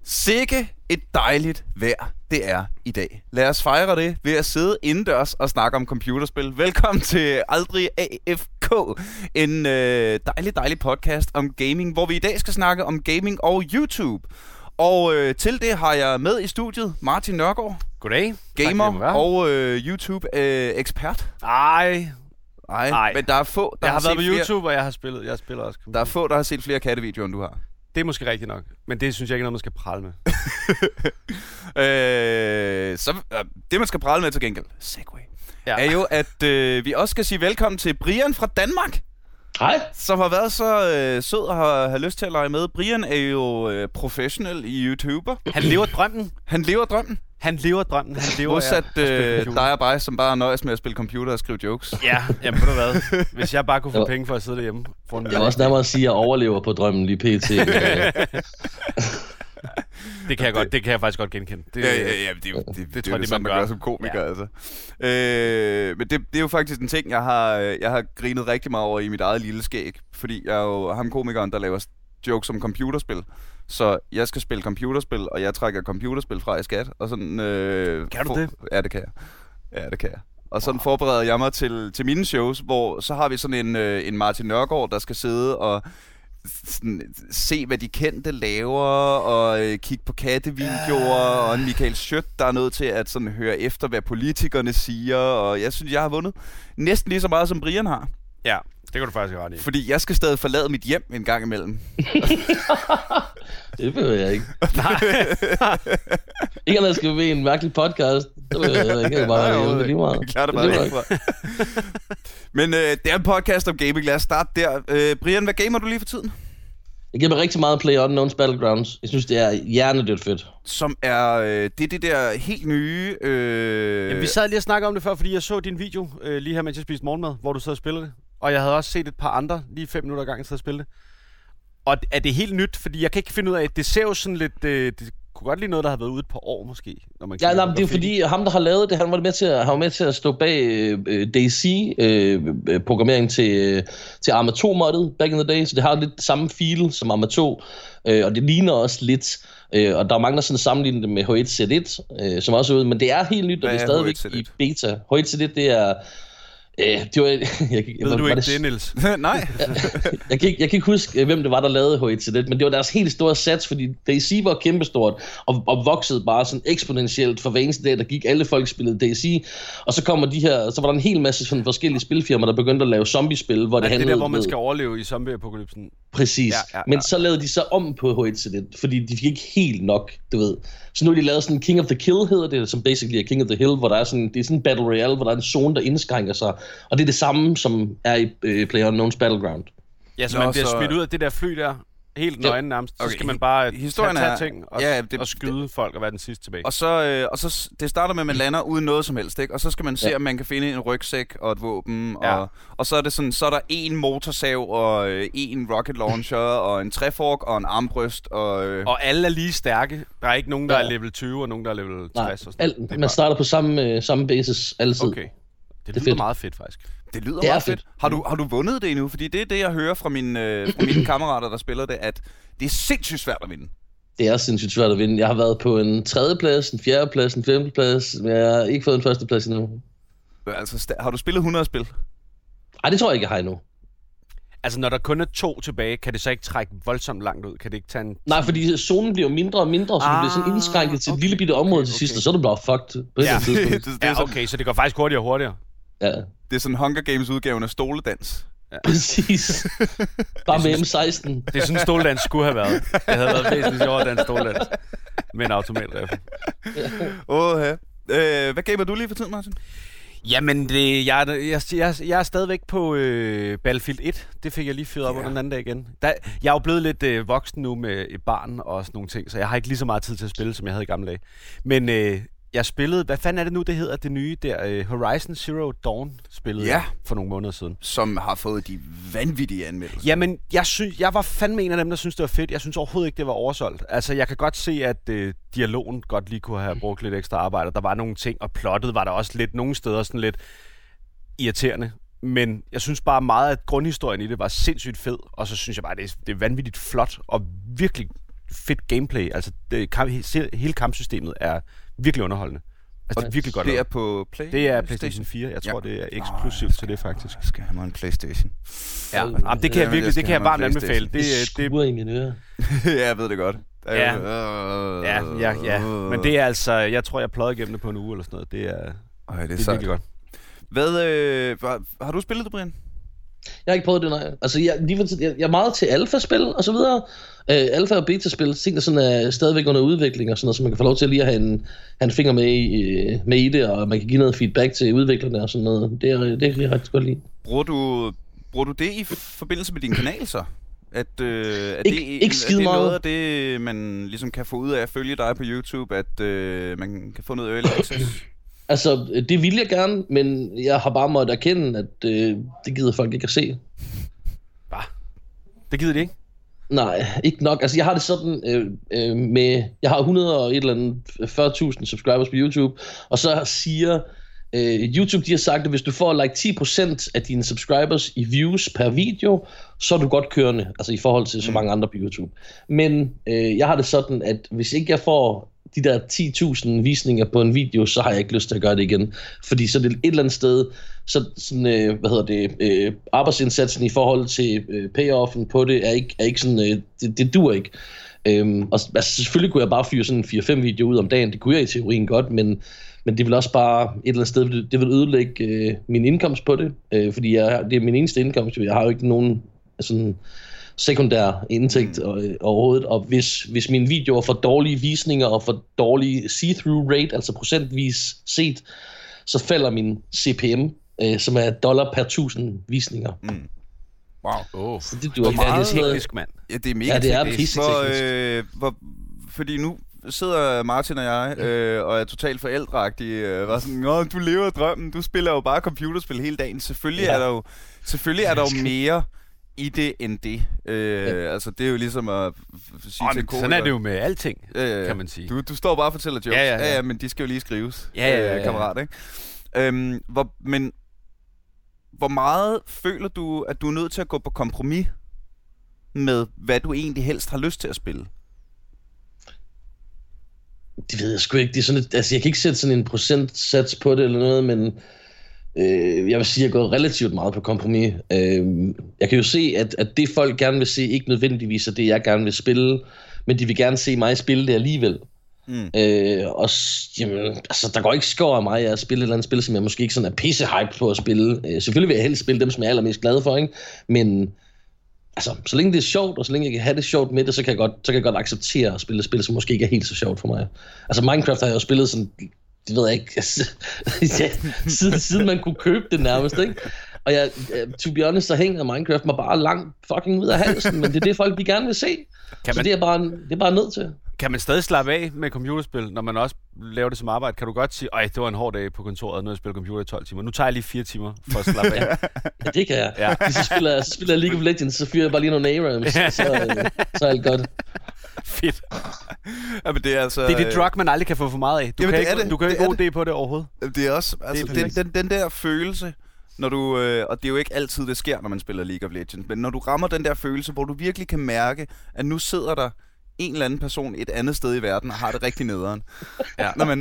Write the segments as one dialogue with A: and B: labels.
A: Sikke et dejligt vejr det er i dag. Lad os fejre det ved at sidde indendørs og snakke om computerspil. Velkommen til Aldrig AFK, en dejlig podcast om gaming, hvor vi i dag skal snakke om gaming og YouTube. Og til det har jeg med i studiet Martin Nørgaard.
B: Goddag.
A: Gamer og YouTube-ekspert.
B: Nej,
A: men der er få, der
B: jeg har været på
A: flere...
B: YouTube, og jeg spiller også.
A: Der er få, der har set flere kattevideoer, end du har.
B: Det er måske rigtigt nok, men det synes jeg ikke er noget, man skal prale med.
A: Det, man skal prale med til gengæld, Segway, er jo, at vi også skal sige velkommen til Brian fra Danmark.
C: Hej.
A: Som har været så sød og har lyst til at lege med. Brian er jo professionel YouTuber.
B: Han lever drømmen.
A: Han lever drømmen. Modsat dig og mig, som bare nøjes med at spille computer og skrive jokes.
B: Ja, jamen ved du hvad. Hvis jeg bare kunne få penge for at sidde derhjemme.
C: Jeg vil også nærmere sige, at jeg overlever på drømmen lige pt.
B: Det kan jeg faktisk godt genkende.
A: Det tror jeg, det man gør som komiker, altså. Men det er jo faktisk en ting, jeg har grinet rigtig meget over i mit eget lille skæg. Fordi jeg er jo ham komikeren, der laver jokes om computerspil. Så jeg skal spille computerspil, og jeg trækker computerspil fra i skat. Og sådan,
B: kan du det?
A: Ja, det kan jeg. Og sådan forbereder jeg mig til mine shows, hvor så har vi sådan en Martin Nørgaard, der skal sidde og sådan, se, hvad de kendte laver, og kigge på kattevideoer, og en Michael Schødt, der er nødt til at sådan høre efter, hvad politikerne siger. Og jeg synes, jeg har vundet næsten lige så meget, som Brian har.
B: Ja, det kan du faktisk ret i.
A: Fordi jeg skal stadig forlade mit hjem en gang imellem.
C: Det behøver jeg ikke. Nej. Ikke, at jeg skal være en mærkelig podcast. Det behøver jeg ikke. Bare lige meget.
A: Klart det bare ikke. Men det er en podcast om gaming. Lad os starte der. Brian, hvad gamer du lige for tiden?
C: Jeg giver mig rigtig meget PlayerUnknown's Battlegrounds. Jeg synes, det er hjernedødt fedt.
A: Som er det der helt nye...
B: Jamen, vi sad lige og snakkede om det før, fordi jeg så din video lige her, mens jeg spiste morgenmad, hvor du sad og spillede det. Og jeg havde også set et par andre, lige 5 minutter ad gangen, sad og spille det. Og er det helt nyt? Fordi jeg kan ikke finde ud af, det ser jo sådan lidt... Det kunne godt lige noget, der har været ude et par år måske. Når man
C: ja, det er fordi, ham der har lavet det, han var med til at stå bag DayZ-programmering til Arma 2-moddet back in the day, så det har lidt samme feel som Arma 2, og det ligner også lidt. Og der er mange, der sådan sammenligner det med H1Z1, som også er ude, men det er helt nyt, og det er stadigvæk i beta. H1Z1, det er... det var,
B: ved du ikke det, Niels?
A: Nej.
C: Jeg kan ikke huske, hvem det var, der lavede H1Z1, men det var deres helt store sats, fordi DayZ var kæmpestort og voksede bare sådan eksponentielt for hver eneste dag, der gik. Alle folk spillede DayZ, og så kommer så var der en hel masse sådan forskellige spilfirmaer, der begyndte at lave zombiespil, hvor det handlede...
B: Det der, hvor man skal overleve i zombieapokalypsen.
C: Præcis. Ja. Men så lavede de så om på H1Z1, fordi de fik ikke helt nok, du ved. Så nu har de lavet sådan King of the Kill, hedder det, som basically er King of the Hill, hvor der er sådan, det er sådan en battle royale, hvor der er en zone, der indskrænker sig. Og det er det samme, som er i PlayerUnknown's Battleground.
B: Ja, så man bliver smidt ud af det der fly der, helt nøgen nærmest. Okay. Så skal man bare tage ting og skyde folk og være den sidste tilbage.
A: Og så det starter med, at man lander uden noget som helst, ikke? Og så skal man se, om man kan finde en rygsæk og et våben. Ja. Og så er det sådan, så er der en motorsav og en rocket launcher og en træfork og en armbryst.
B: Og alle er lige stærke. Der er ikke nogen, der er level 20 og nogen, der er level 60. Og sådan.
C: Man starter på samme basis altid.
B: Okay. Det lyder meget fedt, faktisk.
A: Det lyder meget fedt. Har du vundet det endnu? Fordi det er det, jeg hører fra mine kammerater, der spiller det, at det er sindssygt svært at vinde.
C: Det er sindssygt svært at vinde. Jeg har været på en 3. plads, en 4. plads, en 5. plads, men jeg har ikke fået en 1. plads endnu.
A: Altså, har du spillet 100 spil?
C: Nej, det tror jeg ikke, jeg har endnu.
B: Altså, når der kun er 2 tilbage, kan det så ikke trække voldsomt langt ud? Kan det ikke tage en...
C: Nej, fordi zonen bliver mindre og mindre, så det bliver sådan indskrænket til et lille bitte område til sidst, og så er det bare fucked.
B: Ja, okay, så det går faktisk hurtigere og hurtigere.
C: Ja.
A: Det er sådan Hunger Games udgaven af stoledans.
C: Ja. Præcis. Bare med M16.
B: Det er sådan en stoledans skulle have været. Det havde været væsentligt sjovere den stoledans. Med en automatrifle.
A: Hvad gamer du lige for tiden, Martin?
B: Jamen, jeg er stadigvæk på Battlefield 1. Det fik jeg lige fyret op under den anden dag igen. Jeg er jo blevet lidt voksen nu med et barn og sådan nogle ting, så jeg har ikke lige så meget tid til at spille, som jeg havde i gamle dage. Men jeg spillede, hvad fanden er det nu, det hedder, det nye der, Horizon Zero Dawn spillede for nogle måneder siden.
A: Som har fået de vanvittige anmeldelser.
B: Jamen, jeg var fandme en af dem, der synes det var fedt. Jeg synes overhovedet ikke, det var oversolgt. Altså, jeg kan godt se, at dialogen godt lige kunne have brugt lidt ekstra arbejde. Der var nogle ting, og plottet var der også lidt nogle steder sådan lidt irriterende. Men jeg synes bare meget, at grundhistorien i det var sindssygt fed. Og så synes jeg bare, det er vanvittigt flot og virkelig fedt gameplay. Altså, hele kampsystemet er virkelig underholdende. Altså, det er virkelig godt
A: Det er
B: lavet.
A: på
B: Det er PlayStation 4. Jeg tror, det er eksklusivt til det, faktisk.
A: Jeg skal have mig en PlayStation.
B: Ja, jamen, det kan jeg virkelig, det kan jeg varmt anbefale.
C: Det skuer i mine ører.
A: Ja, jeg ved det godt.
B: Ja. Men det er altså, jeg tror, jeg pløjede igennem det på en uge eller sådan noget. Det er
A: det er
B: virkelig godt.
A: Har du spillet det, Brian?
C: Jeg har ikke prøvet det, nej. Altså, jeg er meget til alfa-spil og så videre. Alfa- og beta-spil, ting der sådan er stadigvæk under udvikling og sådan noget, så man kan få lov til lige at have en finger med i det, og man kan give noget feedback til udviklerne og sådan noget. Det kan jeg rigtig godt lide.
A: Bruger du det i forbindelse med din kanal så?
C: Ikke skide meget.
A: Er det noget af det, man ligesom kan få ud af at følge dig på YouTube, at man kan få noget early access?
C: Altså, det vil jeg gerne, men jeg har bare måttet erkende, at det gider folk ikke at se.
B: Hvad? Det gider de ikke?
C: Nej, ikke nok. Altså, jeg har det sådan jeg har 140.000 subscribers på YouTube, og så siger YouTube, de har sagt, at hvis du får like 10% af dine subscribers i views per video, så er du godt kørende, altså i forhold til så mange andre på YouTube. Men jeg har det sådan, at hvis ikke jeg får de der 10.000 visninger på en video, så har jeg ikke lyst til at gøre det igen. Fordi så er det et eller andet sted, så sådan, arbejdsindsatsen i forhold til payoffen på det er ikke sådan, det duer ikke. Og altså, selvfølgelig kunne jeg bare fyre sådan 4-5 videoer ud om dagen, det kunne jeg i teorien godt, men det vil også bare et eller andet sted, det vil ødelægge min indkomst på det, fordi det er min eneste indkomst, jeg har jo ikke nogen sådan sekundær indtægt overhovedet, og hvis mine videoer får dårlige visninger og får dårlige see-through rate, altså procentvis set, så falder min CPM, som er $1 per 1000 visninger.
A: Wow.
C: Så det duer
B: meget teknisk, mand.
A: Ja, det er mega
C: det er
A: teknisk. Fordi nu sidder Martin og jeg og er totalt forældreagtige. Var sådan, du lever drømmen, du spiller jo bare computerspil hele dagen. Selvfølgelig er der jo mere i det end det. Altså, det er jo ligesom at sige til en
B: sådan er det jo med alting, kan man sige.
A: Du står bare og fortæller jokes. Ja, men de skal jo lige skrives. Kammerat, ikke? Men hvor meget føler du, at du er nødt til at gå på kompromis med, hvad du egentlig helst har lyst til at spille?
C: Det ved jeg sgu ikke. Det er sådan et, altså, jeg kan ikke sætte sådan en procentsats på det eller noget, men jeg vil sige, at jeg går relativt meget på kompromis. Jeg kan jo se, at det folk gerne vil se, ikke nødvendigvis er det, jeg gerne vil spille, men de vil gerne se mig spille det alligevel. Og jamen, altså, der går ikke skår af mig at spille et eller andet spil, som jeg måske ikke sådan er pisse-hype på at spille. Selvfølgelig vil jeg helst spille dem, som jeg er allermest glad for, ikke? Men altså, så længe det er sjovt, og så længe jeg kan have det sjovt med det, så kan jeg godt acceptere at spille et spil, som måske ikke er helt så sjovt for mig. Altså Minecraft har jeg jo spillet sådan, det ved jeg ikke, altså, siden man kunne købe det nærmest, ikke? Og to be honest, så hænger Minecraft mig bare langt fucking ud af halsen, men det er det folk, de gerne vil se. Så det er bare nødt til.
B: Kan man stadig slappe af med computerspil, når man også laver det som arbejde? Kan du godt sige, det var en hård dag på kontoret, når jeg spiller computer i 12 timer. Nu tager jeg lige 4 timer for at slappe af.
C: Ja, det kan jeg. Ja. Så spiller jeg League of Legends, så fyrer jeg bare lige nogle ARAMs, så er alt godt.
B: Fedt.
A: Ja, men det er altså...
B: Det er det drug, man aldrig kan få for meget af. Du kan ikke god idé på det overhovedet.
A: Det er også... Altså, den der følelse, når du... og det er jo ikke altid, det sker, når man spiller League of Legends, men når du rammer den der følelse, hvor du virkelig kan mærke, at nu sidder der en eller anden person et andet sted i verden og har det rigtig nederen. Ja. Når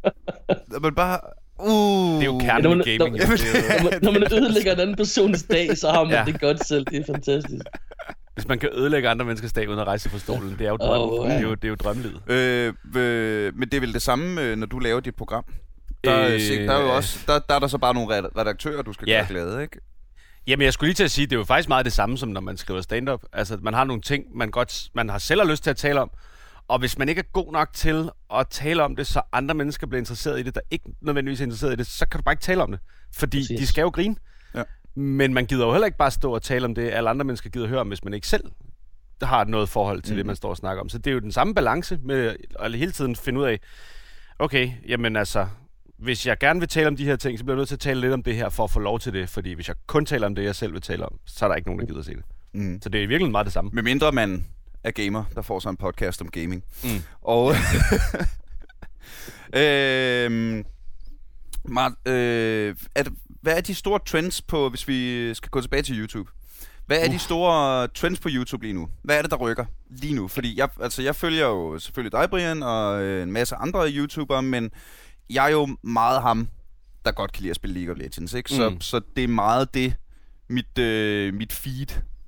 A: man bare...
B: Det er jo kernen i gaming.
C: Når man ødelægger en anden persons dag, så har man det godt selv. Det er fantastisk.
B: Hvis man kan ødelægge andre menneskers dag uden at rejse fra stolen, det er jo drømmen. Det er jo drømmelivet.
A: Men det er vel det samme, når du laver dit program? Der er jo også der er der så bare nogle redaktører, du skal gøre glade, ikke?
B: Jamen, jeg skulle lige til at sige, det er jo faktisk meget det samme, som når man skriver stand-up. Altså, man har nogle ting, man har selv lyst til at tale om, og hvis man ikke er god nok til at tale om det, så andre mennesker bliver interesseret i det, der ikke nødvendigvis er interesseret i det, så kan du bare ikke tale om det. Fordi de skal jo grine. Ja. Men man gider jo heller ikke bare stå og tale om det, alle andre mennesker gider høre om, hvis man ikke selv har noget forhold til det, man står og snakker om. Så det er jo den samme balance med at hele tiden finde ud af, okay, jamen altså, hvis jeg gerne vil tale om de her ting, så bliver jeg nødt til at tale lidt om det her, for at få lov til det. Fordi hvis jeg kun taler om det, jeg selv vil tale om, så er der ikke nogen, der gider se det. Så det er virkelig meget det samme.
A: Med mindre man er gamer, der får så en podcast om gaming. Og hvad er de store trends på, hvis vi skal gå tilbage til YouTube? Hvad er de store trends på YouTube lige nu? Hvad er det, der rykker lige nu? Fordi jeg følger jo selvfølgelig dig, Brian, og en masse andre YouTubere, men jeg er jo meget ham, der godt kan lide at spille League of Legends, ikke? Så det er meget det, mit feed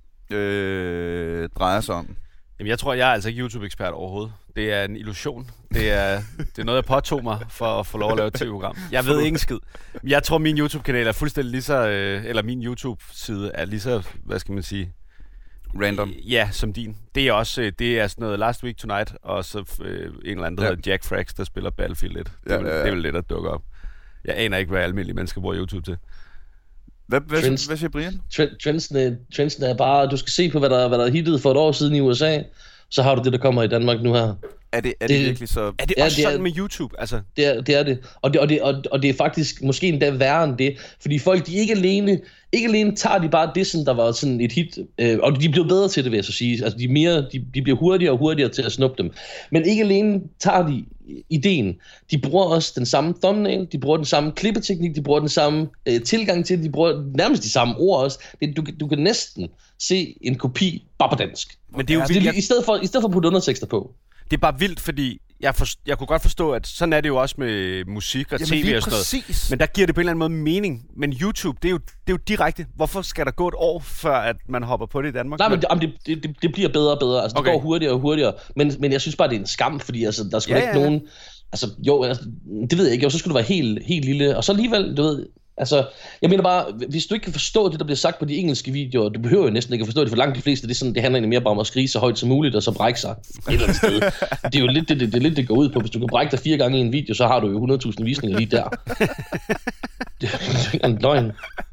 A: drejer sig om.
B: Jamen, jeg tror, jeg er altså ikke YouTube-ekspert overhovedet. Det er en illusion. Det er noget, jeg påtog mig for at få lov at lave et TV-program. Jeg ved ikke skid. Jeg tror, min YouTube-kanal er fuldstændig lige så... eller min YouTube-side er lige så... Hvad skal man sige?
A: Random.
B: Ja, som din. Det er også det er sådan noget Last Week Tonight, og så en eller anden, der hedder Jack Frax, der spiller Battlefield 1. Det er vel lidt at dukke op. Jeg aner ikke, hvad almindelige mennesker bruger YouTube til.
A: Hvad siger Brian?
C: Trendsene er bare, du skal se på, hvad der er hittet for et år siden i USA, så har du det, der kommer i Danmark nu her.
A: Er det virkelig så...
B: Er det også sådan med YouTube? Altså?
C: Det er det. Og det er faktisk måske endda værre end det. Fordi folk, de ikke alene tager de bare det, som der var sådan et hit. Og de bliver bedre til det, vil jeg så sige. Altså, de bliver hurtigere og hurtigere til at snuppe dem. Men ikke alene tager de ideen. De bruger også den samme thumbnail, de bruger den samme klippeteknik, de bruger den samme tilgang til det, de bruger nærmest de samme ord også. Du kan næsten se en kopi bare på dansk.
B: Men det er jo vildt.
C: I stedet for at putte undertekster på.
B: Det er bare vildt, fordi jeg kunne godt forstå, at sådan er det jo også med musik og tv og sådan noget. Men der giver det på en eller anden måde mening. Men YouTube, det er jo direkte. Hvorfor skal der gå et år, før at man hopper på det i Danmark?
C: Nej, men det bliver bedre og bedre. Altså, det går hurtigere og hurtigere. Men jeg synes bare, det er en skam, fordi altså, der skulle ikke nogen... Altså, jo, altså, det ved jeg ikke. Jo, så skulle det være helt lille. Og så alligevel, du ved... Altså, jeg mener bare, hvis du ikke kan forstå det, der bliver sagt på de engelske videoer, du behøver jo næsten ikke at forstå det, for langt de fleste, det handler egentlig mere bare om at skrige så højt som muligt, og så brække sig et eller andet sted. Det er jo lidt det går ud på. Hvis du kan brække dig 4 gange i en video, så har du jo 100.000 visninger lige der. Det er ikke en løgn.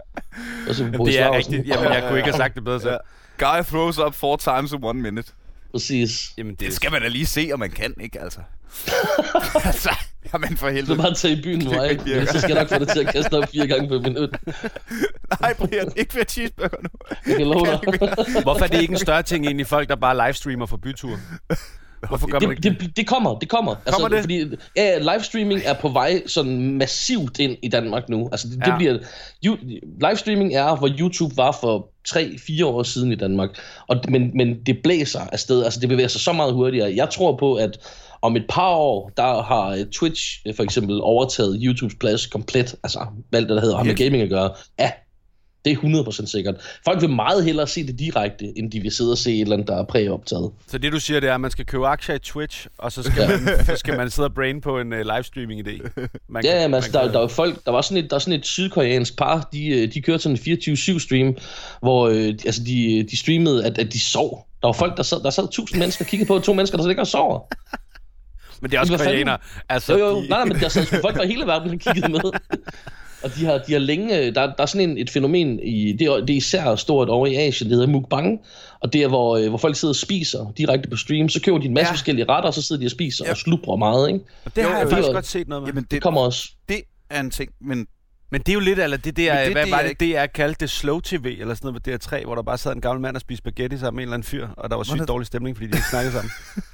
B: Det er rigtigt. Jamen, jeg kunne ikke have sagt det bedre selv.
A: Guy throws up 4 times in 1 minute.
C: Præcis.
A: Jamen, det skal man da lige se, om man kan, ikke altså? Altså, jamen for helvede.
C: Du bare tage i byen, nej. Så skal jeg nok få det til at kaste op 4 gange på et minut.
A: Nej, Brian, ikke flere cheeseburger nu.
C: Jeg kan love dig.
B: Hvorfor er det ikke en større ting egentlig folk, der bare livestreamer for byture? Hvorfor gør man ikke
C: det? Det kommer. Altså,
B: det?
C: Fordi livestreaming er på vej sådan massivt ind i Danmark nu. Altså det bliver... Livestreaming er, hvor YouTube var for 3-4 år siden i Danmark. Men det blæser afsted. Altså det bevæger sig så meget hurtigere. Jeg tror på, at om et par år, der har Twitch for eksempel overtaget YouTubes plads komplet. Altså alt det, der hedder med gaming at gøre. Ja, det er 100% sikkert. Folk vil meget hellere se det direkte, end de vil sidde og se et eller andet, der er præoptaget.
B: Så det du siger, det er, at man skal købe aktier i Twitch, og så skal man sidde og brain på en livestreaming-idé.
C: Der er folk, der er sådan et sydkoreansk par, de kørte sådan en 24/7 stream, hvor de streamede, at de sov. Der var folk, der sad 1000 mennesker og kiggede på 2 mennesker, der ligger og sover.
B: Men det er også koreanere. Altså,
C: nej, men der sad folk fra hele verden, der kiggede med. Og de har længe, der er sådan et fænomen det er især stort over i Asien, det hedder mukbang, og det er hvor folk sidder og spiser direkte på stream, så køber de en masse forskellige retter, og så sidder de og spiser og slubrer meget, ikke?
B: Og det har jeg faktisk godt set noget med.
A: Jamen,
C: det kommer også.
A: Det er en ting, men
B: det er jo lidt, eller hvad var det er kaldt det slow tv, eller sådan noget med DR3, hvor der bare sad en gammel mand og spiste spaghetti sammen med en eller anden fyr, og der var sygt dårlig stemning, fordi de ikke snakkede sammen.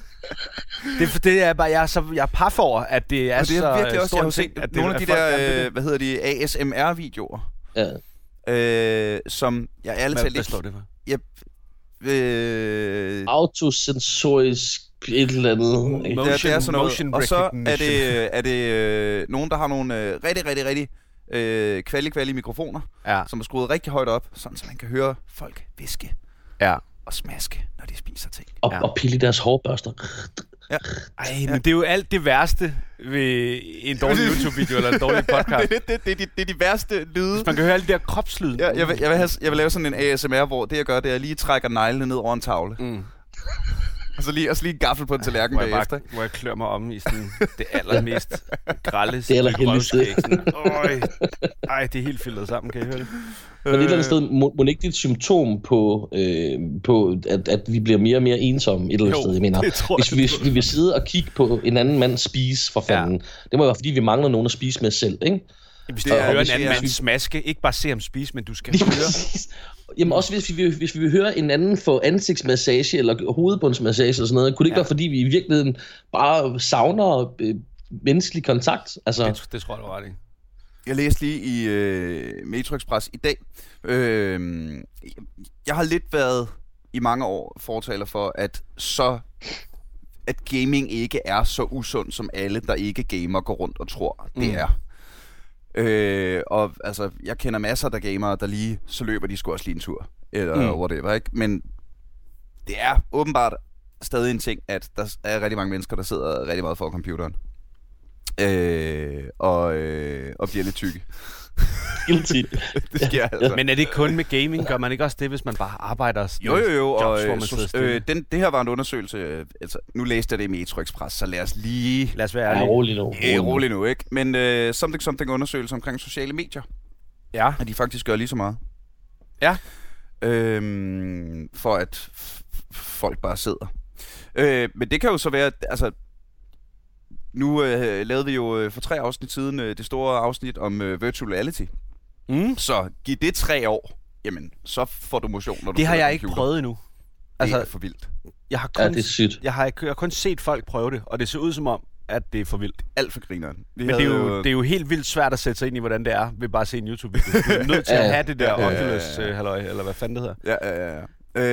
B: Det er bare, jeg er paf over, at det er,
A: det er
B: så
A: virkelig også,
B: stor en ting.
A: At nogle af de der, hvad hedder de, ASMR-videoer, som jeg ærligt talt ikke...
B: Hvad står det for?
C: Autosensorisk et eller andet.
A: Det er sådan noget. Og så er det nogen, der har nogle rigtig kvali mikrofoner, som er skruet rigtig højt op, sådan så man kan høre folk viske og smaske, når de spiser ting.
C: Og pille deres hårbørster.
B: Ja. Ej, men det er jo alt det værste ved en dårlig YouTube-video eller en dårlig podcast.
A: Det er de værste lyde.
B: Hvis man kan høre alle de der kropslyde.
A: Ja, jeg vil lave sådan en ASMR, hvor det jeg gør, det er, at jeg lige trækker neglene ned over en tavle. Og så lige en gaffel på en tallerken bagefter.
B: Hvor jeg klør mig om i sådan det allermest grælde.
C: Det allerheldigste.
B: Ej, det er helt filtret sammen, kan I høre det?
C: Men et eller andet sted, må ikke det et symptom på at vi bliver mere og mere ensomme et eller andet sted, jeg mener. Hvis vi vil sidde og kigge på en anden mand spise for fanden, det må være, fordi vi mangler nogen at spise med selv, ikke?
B: Hvis du hører en anden mand smaske, ikke bare se ham spise, men du skal høre.
C: Jamen også hvis vi vil høre en anden få ansigtsmassage eller hovedbundsmassage og sådan noget, kunne det ikke være, fordi vi i virkeligheden bare savner menneskelig kontakt? Altså,
B: det tror jeg, du ret i.
A: Jeg læste lige i Metro Express i dag. Jeg har lidt været i mange år fortaler for, at gaming ikke er så usund, som alle, der ikke gamer, går rundt og tror, det er. Og altså, jeg kender masser af gamere, der lige, så løber de sgu også lige en tur. Eller whatever, ikke? Men det er åbenbart stadig en ting, at der er rigtig mange mennesker, der sidder rigtig meget for computeren. Og bliver lidt tykke.
C: Guilty.
A: Det sker altså.
B: Men er det kun med gaming? Gør man ikke også det, hvis man bare arbejder?
A: Jo,
B: jobs,
A: og det her var en undersøgelse. Altså, nu læste jeg det i Metro Express, så lad os
B: være ærlige.
C: Rolig nu.
A: Ikke? Men something undersøgelse omkring sociale medier.
B: Ja.
A: At de faktisk gør lige så meget.
B: Ja.
A: For at folk bare sidder. Men det kan jo så være, altså... Nu lavede vi jo for 3 afsnit siden det store afsnit om virtual reality. Så giv det 3 år, jamen, så får du motion, når du
B: det har jeg ikke prøvet endnu.
A: Altså, det er for vildt.
B: Jeg har
C: det er sygt.
B: Jeg har kun set folk prøve det, og det ser ud som om, at det er for vildt.
A: Alt for grineren.
B: Men det er jo helt vildt svært at sætte sig ind i, hvordan det er, ved bare at se en YouTube-video. Du er nødt til at have det der Oculus halløj, eller hvad fanden det hedder.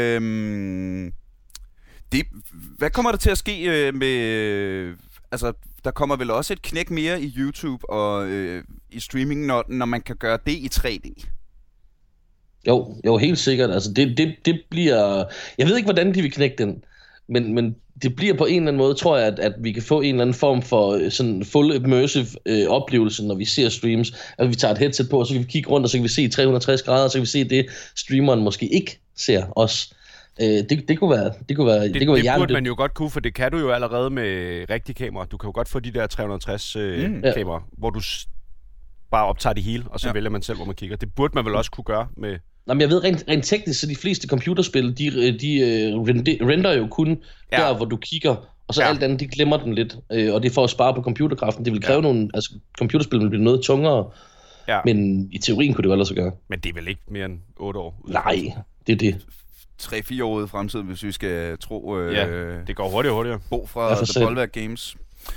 A: Ja. Hvad kommer der til at ske med... Altså, der kommer vel også et knæk mere i YouTube og i streaming, når man kan gøre det i 3D?
C: Jo, helt sikkert. Altså, det bliver... Jeg ved ikke, hvordan de vil knække den, men det bliver på en eller anden måde, tror jeg, at vi kan få en eller anden form for sådan full immersive oplevelse, når vi ser streams. At vi tager et headset på, og så kan vi kigge rundt, og så kan vi se 360 grader, og så kan vi se det, streameren måske ikke ser os. Det kunne være
B: det burde man jo godt kunne, for det kan du jo allerede med rigtige kameraer. Du kan jo godt få de der 360 kameraer, hvor du bare optager det hele, og så vælger man selv, hvor man kigger. Det burde man vel også kunne gøre med...
C: Nå, men jeg ved rent teknisk, så de fleste computerspil, de render jo kun der, hvor du kigger, og så alt andet, de glemmer den lidt. Og det er for at spare på computerkraften. Det vil kræve nogle... Altså, computerspil vil blive noget tungere, men i teorien kunne det jo ellers gøre.
B: Men det er vel ikke mere end 8 år?
C: Nej, det er det.
A: 3-4 år i fremtiden, hvis vi skal tro...
B: det går hurtigere.
A: Bo fra The Bolværk Games.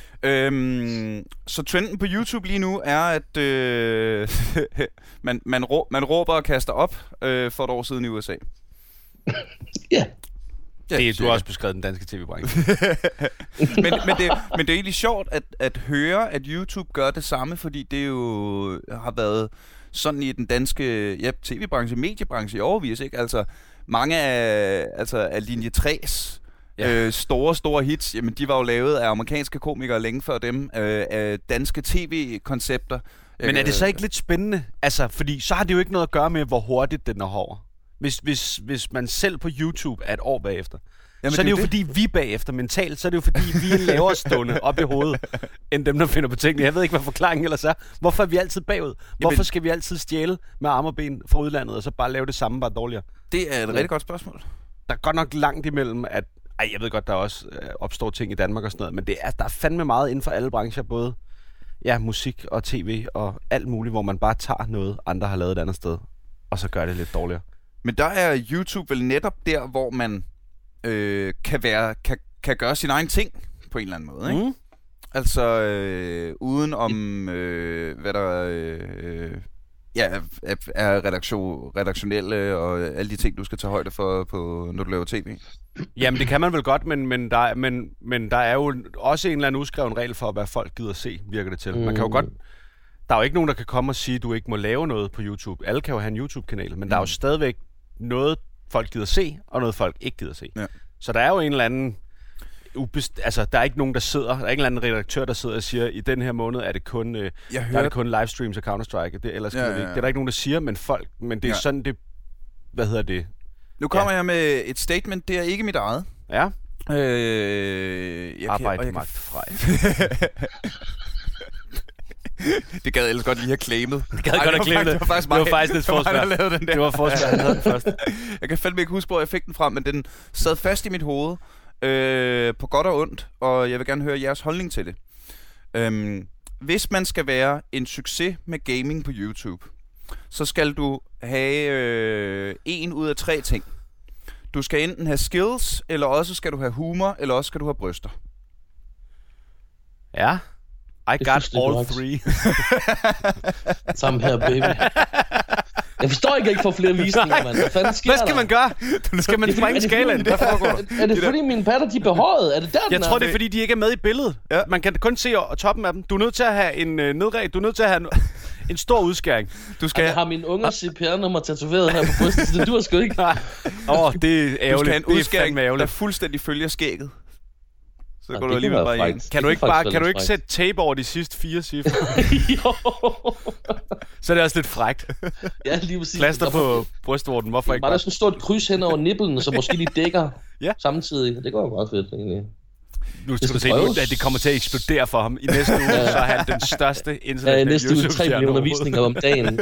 A: Så trenden på YouTube lige nu er, at man råber og kaster op for et år siden i USA.
C: Ja.
B: Du har også beskrevet den danske tv-branche.
A: men det er egentlig sjovt at høre, at YouTube gør det samme, fordi det jo har været sådan i den danske tv-branche, mediebranche i overvis, ikke? Altså, mange af linje 3's store hits, jamen de var jo lavet af amerikanske komikere længe før dem, af danske tv-koncepter.
B: Men er det så ikke lidt spændende? Altså, fordi så har det jo ikke noget at gøre med, hvor hurtigt den er hård. Hvis man selv på YouTube er et år bagefter, så er det jo fordi, vi bagefter mentalt, så er det jo fordi, vi er lavere stående op i hovedet, end dem, der finder på tingene. Jeg ved ikke, hvad forklaringen ellers er. Hvorfor er vi altid bagud? Hvorfor skal vi altid stjæle med arme og ben fra udlandet, og så bare lave det samme, bare dårligere?
A: Det er et rigtig godt spørgsmål.
B: Der er godt nok langt imellem, at... jeg ved godt, der også opstår ting i Danmark og sådan noget, men der er fandme meget inden for alle brancher, både musik og tv og alt muligt, hvor man bare tager noget, andre har lavet et andet sted, og så gør det lidt dårligere. Men
A: der er YouTube vel netop der, hvor man kan gøre sin egen ting på en eller anden måde, ikke? Altså uden om hvad der er redaktionelle og alle de ting, du skal tage højde for, når du laver tv.
B: Jamen, det kan man vel godt, men der er jo også en eller anden uskreven regel for, hvad folk gider se, virker det til. Man kan jo godt... Der er jo ikke nogen, der kan komme og sige, at du ikke må lave noget på YouTube. Alle kan jo have en YouTube-kanal, men der er jo stadigvæk noget, folk gider se, og noget, folk ikke gider se. Ja. Så der er jo en eller anden... der er ikke nogen, der er ikke en eller anden redaktør, der sidder og siger, i den her måned er det kun, der er det kun livestreams af Counter-Strike. Det, ellers det er der ikke nogen, der siger, men det er sådan, det... Hvad hedder det?
A: Nu kommer jeg med et statement, det er ikke mit eget.
B: Ja.
A: Arbejde
B: magt frej.
A: Det gad jeg ellers godt lige have claimet.
B: Det var faktisk lidt forsvært. Det var forsvært, han havde den først.
A: Jeg kan fandme ikke huske, hvor jeg fik den fra, men den sad fast i mit hoved. På godt og ondt, og jeg vil gerne høre jeres holdning til det. Hvis man skal være en succes med gaming på YouTube, så skal du have 1 ud af 3 ting. Du skal enten have skills, eller også skal du have humor, eller også skal du have bryster.
B: Ja. I got all three.
C: Sammen her, baby. Jeg forstår ikke får flere visninger, mand. Hvad fanden sker
B: Hvad skal man gøre? Skal man sprænge skalaen? Hvad foregår der?
C: Er det fordi mine patter, de er behåret? Er det der,
B: Jeg tror, det er fordi, de ikke er med i billedet. Ja. Man kan kun se toppen af dem. Du er nødt til at have en nedræg. Du er nødt til at have en stor udskæring.
C: Jeg har min ungers CPR-nummer tatoveret her på brystet, så det duer sgu ikke.
B: Det er ærgerligt.
A: Du skal have en udskæring, der fuldstændig følger skægget. Så går du alligevel bare ind.
B: Kan du ikke sætte tape over de sidste 4 cifre?
C: Jo.
B: Så er det også lidt frækt.
C: Ja, lige præcis.
B: Plaster på brystvorten. Hvorfor ikke?
C: Bare der sådan et stort kryds hen over nipplen, så måske de dækker samtidig. Det går jo meget fedt, egentlig.
B: Nu skal du se, at det kommer til at eksplodere for ham. I næste uge, så er han den største internationale
C: næste uge 3 millioner visninger om dagen.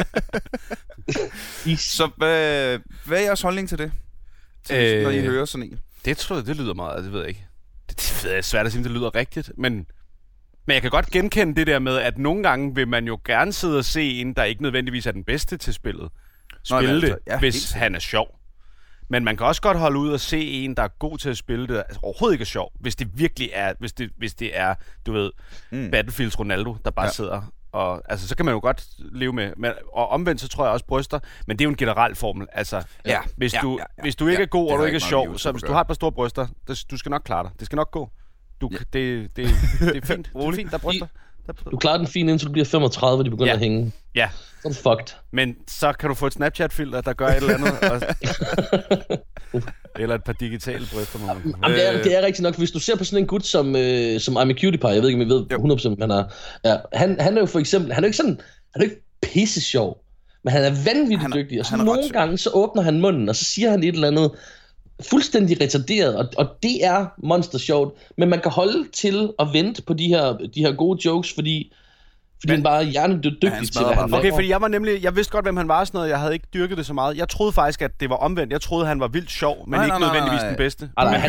A: Så hvad er jeres holdning til det? Når I hører sådan en?
B: Det tror jeg, det lyder meget, det ved jeg ikke. Det er svært at sige, om det lyder rigtigt, men jeg kan godt genkende det der med, at nogle gange vil man jo gerne sidde og se en, der ikke nødvendigvis er den bedste til spillet. Hvis han er sjov. Men man kan også godt holde ud og se en, der er god til at spille det, altså overhovedet ikke er sjov. Hvis det virkelig er, hvis det er, du ved, Battlefields Ronaldo, der bare sidder. Og, altså, så kan man jo godt leve med. Og omvendt, så tror jeg også bryster. Men det er jo en generel formel. Altså, hvis du ikke er god, og du ikke er sjov, så hvis du har et par store bryster, du skal nok klare dig. Det skal nok gå. Det er fint. Det er fint, der er bryster.
C: Du klarer den fint, indtil du bliver 35, og de begynder at hænge.
B: Ja.
C: Så er det fucked.
B: Men så kan du få et Snapchat-filter, der gør et eller andet. Eller et par digitale bryster.
C: Jamen, det er rigtigt nok. Hvis du ser på sådan en gut som I'm a Cutie Pie, jeg ved ikke, om I ved 100%, han er. Ja, han er jo for eksempel, han er jo ikke pisse sjov, men han er vanvittigt dygtig. Og så nogle gange, så åbner han munden, og så siger han et eller andet fuldstændig retarderet, og det er monster sjovt. Men man kan holde til at vente på de her gode jokes, fordi han bare er hjernedygtig til, hvad han laver.
B: Okay, fordi jeg vidste godt, hvem han var sådan noget. Jeg havde ikke dyrket det så meget. Jeg troede faktisk, at det var omvendt. Jeg troede, han var vildt sjov, men ikke nødvendigvis den bedste.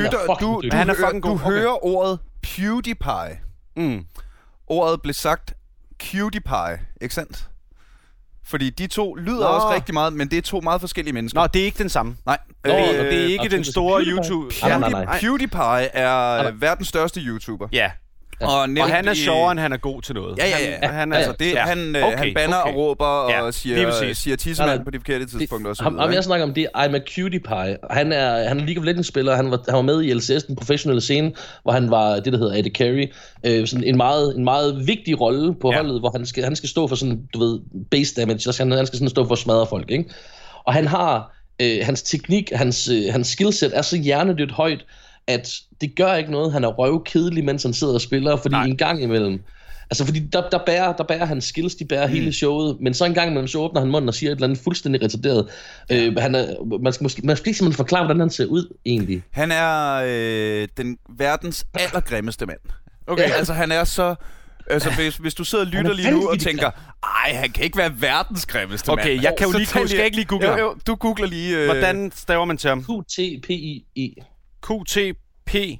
A: Du hører ordet PewDiePie. Ordet blev sagt CutiePie, ikke sandt? Fordi de to lyder også rigtig meget, men det er to meget forskellige mennesker.
B: Det er ikke den samme.
A: Nej.
B: Det er ikke den store YouTube.
A: PewDiePie er verdens største YouTuber.
B: Ja. Og han er sjovere, end han er god til noget.
A: Ja. Han banner og råber og siger tissemand på de forkerte tidspunkter og så videre.
C: Jeg snakker om det, I'm a Cutie Pie. Han er League of Legends spiller. Han var med i LCS, den professionelle scene, hvor han var det, der hedder AD Carry. Sådan en meget vigtig rolle på holdet, hvor han skal stå for sådan, du ved, base damage. Altså han skal sådan stå for at smadre folk, ikke? Og han har hans teknik, hans skillset er så hjernedødt højt, at det gør ikke noget, han er røvkedelig, mens han sidder og spiller, fordi en gang imellem, altså fordi der bærer hans skills, de bærer hele showet, men så en gang imellem, så åbner han munden og siger et eller andet fuldstændig retarderet. Man skal simpelthen forklare, hvordan han ser ud egentlig.
A: Han er den verdens allergrimmeste mand. Okay, altså han er så... Altså, hvis du sidder og lytter lige nu og tænker, han kan ikke være verdens grimmeste mand.
B: Okay, jeg kan jo lige skal jeg ikke lige google ham?
A: Jo, du googler lige...
B: Hvordan staver man til ham?
C: QTPIE.
B: QTPIE.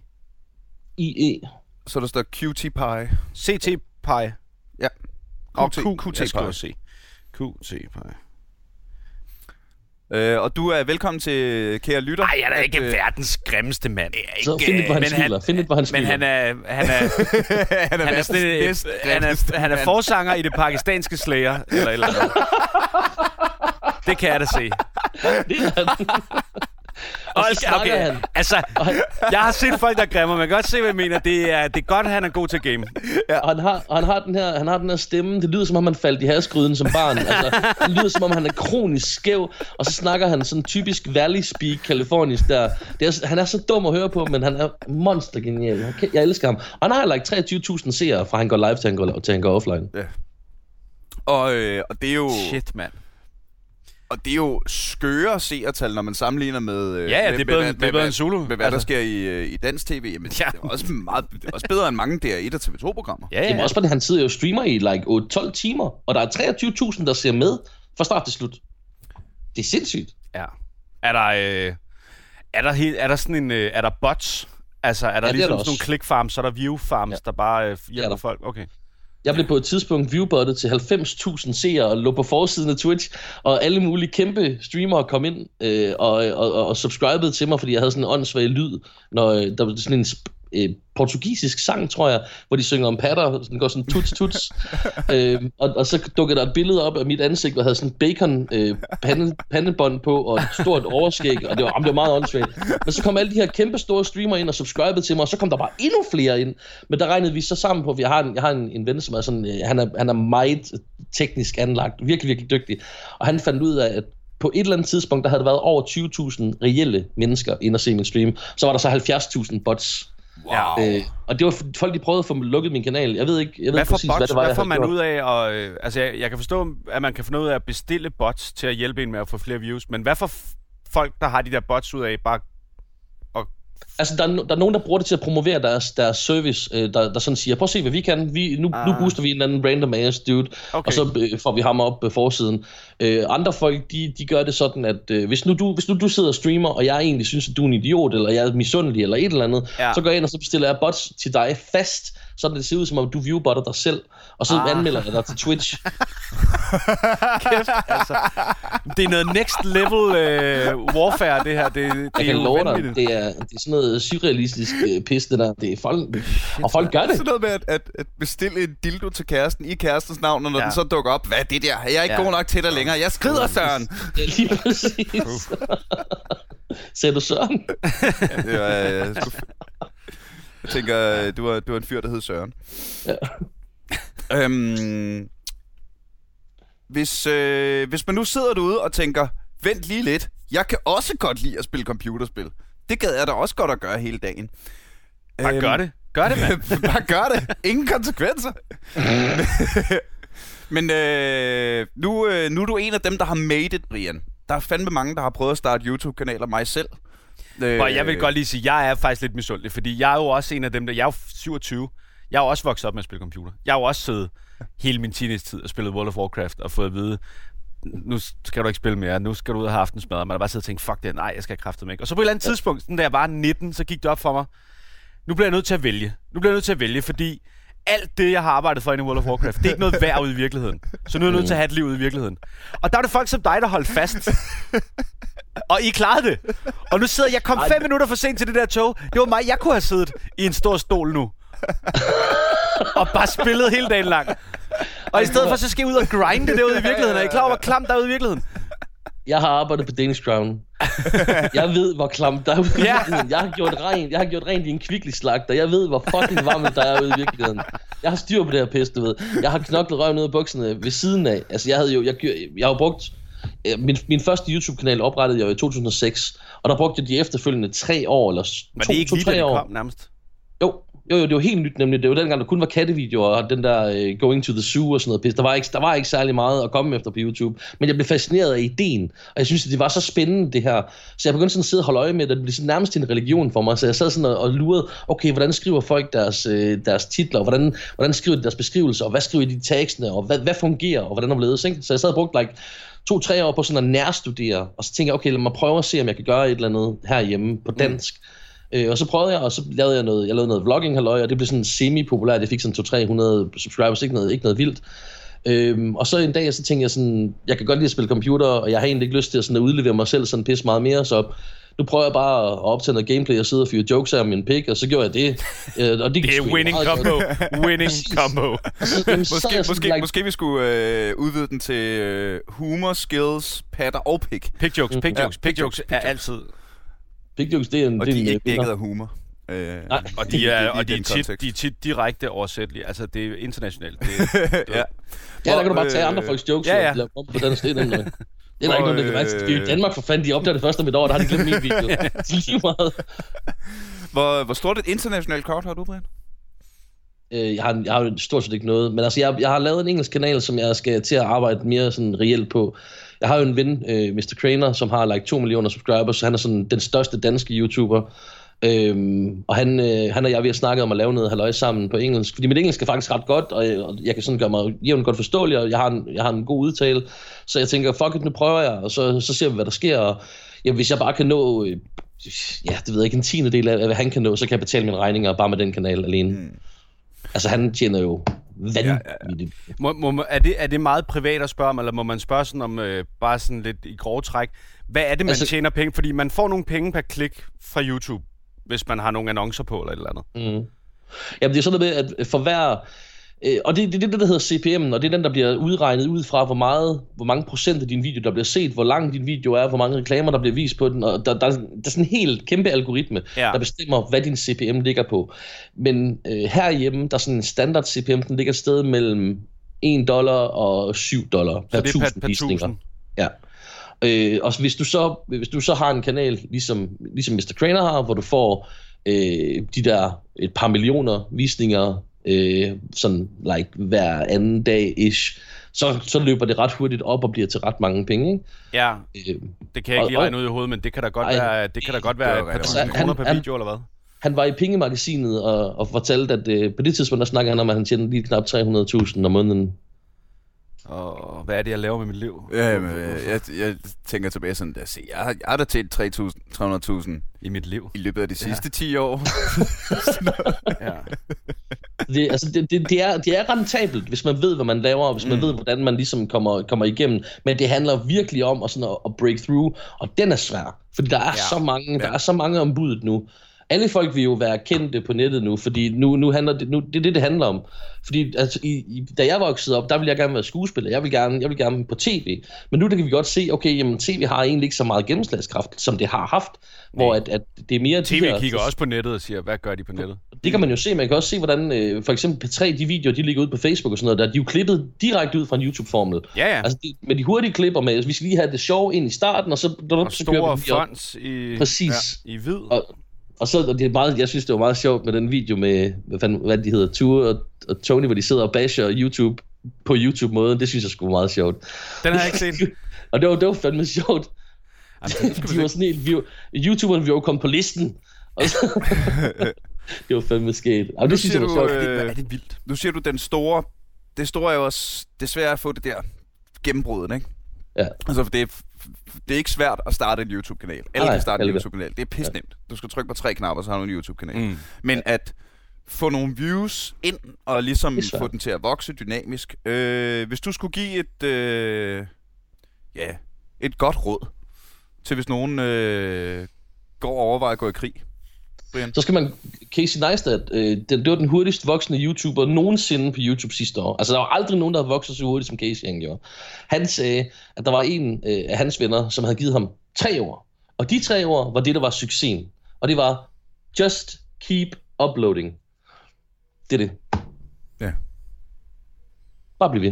A: Så der står Cutie Pie.
B: CT Pie.
A: Ja.
B: Og QT Pie. QT Pie.
A: Og du er velkommen til, kære lytter.
B: Nej, jeg er da ikke verdens grimmeste mand.
C: Så find det, hvor han smiler.
B: Men han er forsanger i det pakistanske Slayer eller eller andet. Det kan jeg da se.
C: Det er han.
B: Okay. Altså, jeg har set folk, der græmmer. Man kan godt se, hvad jeg mener. Det er godt, at han er god til game.
C: Ja. Og han har den her stemme. Det lyder, som om han faldt i hasgryden som barn. Altså, det lyder, som om han er kronisk skæv. Og så snakker han sådan typisk Valley Speak kalifornisk der. Han er så dum at høre på, men han er monster genial. Jeg elsker ham. Og han har like 23.000 seere, fra han går live til han går offline.
A: Ja. Og det er jo...
B: Shit, mand.
A: Og det er jo skøre seertal, når man sammenligner med...
B: det er bedre end Zulu.
A: Med hvad der sker i dansk tv. Jamen, det er også bedre end mange DR1 og TV2-programmer.
C: Ja. Jamen, også fordi han sidder jo og streamer i like 8-12 timer, og der er 23.000, der ser med fra start til slut. Det er sindssygt.
B: Ja. Er der sådan en... Er der bots? Altså, er der ligesom sådan nogle click farms, så er der view farms, der bare hjælper folk? Okay.
C: Jeg blev på et tidspunkt viewbottet til 90.000 seere og lå på forsiden af Twitch, og alle mulige kæmpe streamere kom ind og subscribede til mig, fordi jeg havde sådan en åndssvag lyd, når der var sådan portugisisk sang, tror jeg, hvor de synger om patter, sådan går sådan tuts. Og så dukkede der et billede op af mit ansigt, der havde sådan bacon pandebånd på, og et stort overskæg, og det var meget åndssvagt. Men så kom alle de her kæmpe store streamere ind og subscribede til mig, og så kom der bare endnu flere ind. Men der regnede vi så sammen på, at jeg har en ven, som er sådan, han er meget teknisk anlagt, virkelig, virkelig dygtig. Og han fandt ud af, at på et eller andet tidspunkt, der havde der været over 20.000 reelle mennesker ind og se min stream. Så var der så 70.000 bots.
B: Wow.
C: Og det var folk, de prøvede at få lukket min kanal. Jeg ved ikke præcis,
B: bots?
C: Hvad det var,
B: hvad får man ud af? Altså, jeg kan forstå, at man kan finde ud af at bestille bots til at hjælpe en med at få flere views. Men hvad får folk, der har de der bots ud af, bare...
C: Altså, der er nogen, der bruger det til at promovere deres service, der sådan siger, prøv at se, hvad vi kan. Nu booster vi en eller anden random ass dude, okay. Og så får vi ham op på forsiden. Andre folk, de gør det sådan, at hvis nu du sidder og streamer, og jeg egentlig synes, at du er en idiot, eller jeg er misundelig, eller et eller andet, så går jeg ind, og så bestiller jeg bots til dig fast, så det ser ud som om, du viewbotter dig selv, og så anmelder jeg dig til Twitch.
B: Kæft, altså. Det er noget next level warfare, det her. Det
C: jeg kan love dig, det er sådan noget surrealistisk pis, det der. Det er folk, og folk gør det.
A: Det er sådan noget med at bestille en dildo til kæresten i kærestens navn, og når den så dukker op, hvad er det der? Jeg er ikke god nok til dig længere. Jeg skrider, Søren.
C: Ja, lige præcis. Ser du Søren?
A: Jeg tænker, du er en fyr, der hed Søren. Ja. Hvis man nu sidder derude og tænker, vent lige lidt, jeg kan også godt lide at spille computerspil. Det gad jeg da også godt at gøre hele dagen.
B: Bare gør det. Gør det, mand.
A: Bare gør det. Ingen konsekvenser. Men nu er du en af dem, der har made it, Brian. Der er fandme mange, der har prøvet at starte YouTube-kanaler, mig selv.
B: Jeg vil godt lige sige, jeg er faktisk lidt misundelig, fordi jeg er jo også en af dem, jeg er jo 27. Jeg er jo også vokset op med at spille computer. Jeg har jo også siddet hele min teenage-tid og spillet World of Warcraft og fået at vide, nu skal du ikke spille mere, nu skal du ud og have aftensmad. Man har bare siddet og tænkt, fuck det, nej, jeg skal kraftedeme ikke. Og så på et eller andet tidspunkt, da jeg var 19, så gik det op for mig, nu bliver jeg nødt til at vælge. Fordi alt det, jeg har arbejdet for inde i World of Warcraft, det er ikke noget værd ude i virkeligheden. Så nu er jeg nødt til at have et liv ude i virkeligheden. Og der er det folk som dig, der holdt fast. Og I klarede det. Og nu sidder jeg kom 5 minutter for sent til det der tog. Det var mig, jeg kunne have siddet i en stor stol nu. Og bare spillet hele dagen lang. Og i stedet for, så skal jeg ud og grinde derude i virkeligheden. Er I klar over, hvor klamt der er ude i virkeligheden?
C: Jeg har arbejdet på Danish Crown. Jeg ved, hvor klamt der er ude i virkeligheden. Jeg har gjort rent i en Kvickly-slagter. Jeg ved, hvor fucking varmt der er ude i virkeligheden. Jeg har styr på det her pis, du ved. Jeg har knoklet røven ned af bukserne ved siden af. Altså, jeg har jo brugt... Min første YouTube-kanal oprettede jeg i 2006, og der brugte jeg de efterfølgende 3 år, eller 2-3 år.
B: Var det ikke lige, da det kom nærmest?
C: Jo, det var helt nyt nemlig. Det var dengang, der kun var kattevideoer, og den der Going to the Zoo og sådan noget pis. Der var ikke særlig meget at komme efter på YouTube, men jeg blev fascineret af ideen, og jeg synes, at det var så spændende, det her. Så jeg begyndte sådan at sidde og holde øje med det. Det blev sådan nærmest en religion for mig, så jeg sad sådan og lurede, okay, hvordan skriver folk deres titler, og hvordan skriver de deres beskrivelser, og hvad skriver de i tekstene, og hvad fungerer, og hvordan overledes, ikke? Så jeg sad og brugte 2-3 år på sådan at nærstudere, og så tænkte jeg, okay, lad mig prøve at se, om jeg kan gøre et eller andet herhjemme på dansk. Og så prøvede jeg, og så lavede jeg noget vlogging halløj, og det blev sådan semi-populært. Jeg fik sådan 200-300 subscribers, ikke noget vildt. Og så en dag, så tænkte jeg sådan, jeg kan godt lide at spille computer, og jeg har egentlig ikke lyst til at udlevere mig selv sådan pisse meget mere, så nu prøver jeg bare at optage noget gameplay og sidde og fyre jokes af min pik, og så gjorde jeg det. Og
B: det er winning combo. Winning combo.
A: Måske vi skulle udvide den til humor, skills, patter og pik.
B: Pick jokes er altid...
C: Big jokes, det er en...
A: Og de er ikke dækket af humor.
B: Nej. Og de er tit direkte oversættelige. Altså, det er internationalt.
C: Ja, der kan du bare tage andre folks jokes og lave om på den sted. Det er der ikke nogen, der kan være. Det er jo Danmark for fanden, de opdager det første om et år, der har de glemt min video. Det er lige meget.
A: Hvor stort et internationalt kort har du, Brian?
C: Jeg har jo stort set ikke noget, men altså jeg har lavet en engelsk kanal, som jeg skal til at arbejde mere sådan reelt på. Jeg har jo en ven, Mr. Craner, som har 2 millioner subscribers, så han er sådan den største danske YouTuber. Og han og jeg er ved at snakke om at lave noget halløj sammen på engelsk, fordi mit engelsk er faktisk ret godt, og jeg kan sådan gøre mig jævnt godt forståelig, og jeg har en god udtale, så jeg tænker, fuck it, nu prøver jeg, og så ser vi, hvad der sker, og hvis jeg bare kan nå, det ved jeg ikke, en 10. af hvad han kan nå, så kan jeg betale mine regninger bare med den kanal alene. Altså, han tjener jo vanvittigt.
B: Er det meget privat at spørge om, eller må man spørge sådan om, bare sådan lidt i grove træk, hvad er det, man tjener penge? Fordi man får nogle penge per klik fra YouTube. hvis man har nogle annoncer på eller et eller andet.
C: Jamen, det er sådan noget med, at for hver... og det er det, der hedder CPM'en, og det er den, der bliver udregnet ud fra, hvor mange procent af din video, der bliver set, hvor lang din video er, hvor mange reklamer, der bliver vist på den, og der er sådan en helt kæmpe algoritme, der bestemmer, hvad din CPM ligger på. Men herhjemme, der er sådan en standard CPM, den ligger et sted mellem $1 og $7 per 1000 visninger. Ja. Og hvis du så har en kanal, ligesom Mr. Craner har, hvor du får de der et par millioner visninger, sådan like hver anden dag-ish, så løber det ret hurtigt op og bliver til ret mange penge, ikke?
B: Ja, det kan jeg ikke lige regne ud i hovedet, men det kan da godt være, det kan da godt være et par tusind kroner per video, eller hvad?
C: Han var i Pengemagasinet og fortalte, at på det tidspunkt, der snakker han om, at han tjener lige knap 300.000 om måneden.
B: Og hvad er det, jeg laver med mit liv?
A: Ja, jeg tænker tilbage sådan, at jeg har da tjent 300.000
B: i mit liv
A: i løbet af de sidste 10 år.
C: Det er rentabelt, hvis man ved, hvad man laver, og hvis man ved, hvordan man ligesom kommer igennem. Men det handler virkelig om at break through, og den er svær, fordi der er så mange om budet nu. Alle folk vil jo være kendte på nettet nu, fordi nu handler det handler om. Fordi altså, da jeg voksede op, der ville jeg gerne være skuespiller. Jeg vil gerne på tv. Men nu der kan vi godt se, okay, jamen tv har egentlig ikke så meget gennemslagskraft, som det har haft. Hvor at det er mere
B: tv kigger også på nettet og siger, hvad gør de på nettet?
C: Det kan man jo se. Man kan også se, hvordan for eksempel P3, de videoer, de ligger ud på Facebook og sådan noget, der de er jo klippet direkte ud fra en YouTube-formel.
B: Ja.
C: Altså med de hurtige klipper med, vi skal lige have det sjov ind i starten, og så
B: store fonts i,
C: præcis.
B: I hvid.
C: Og så det er meget, jeg synes det var meget sjovt med den video med hvad de hedder, Ture og Tony, hvor de sidder og basher YouTube på YouTube-måden. Det synes jeg sgu meget sjovt.
B: Den har jeg ikke set.
C: Og det var fandme sjovt. De var sådan helt YouTuberen vi var kommet på listen. Og så, det var fandme sket. Og det synes jeg var sjovt.
B: Er det vildt?
A: Nu siger du den store. Det store er jo også det svære at få det der gennembruddet, ikke?
C: Ja.
A: Altså for det er ikke svært at starte en YouTube-kanal. Alle kan starte en YouTube-kanal. Det er pisnemt. Du skal trykke på 3 knapper, så har du en YouTube-kanal. Men at få nogle views ind, og ligesom få den til at vokse dynamisk. Hvis du skulle give et godt råd til, hvis nogen går og overvejer at gå i krig, Brian?
C: Så skal man... Casey Neistat, det var den hurtigst voksende YouTuber nogensinde på YouTube sidste år. Altså, der var aldrig nogen, der havde vokset så hurtigt, som Casey han gjorde. Han sagde, at der var en af hans venner, som havde givet ham 3 år. Og de 3 år var det, der var succesen. Og det var, just keep uploading. Det er det.
A: Ja.
C: Bare bliv ved.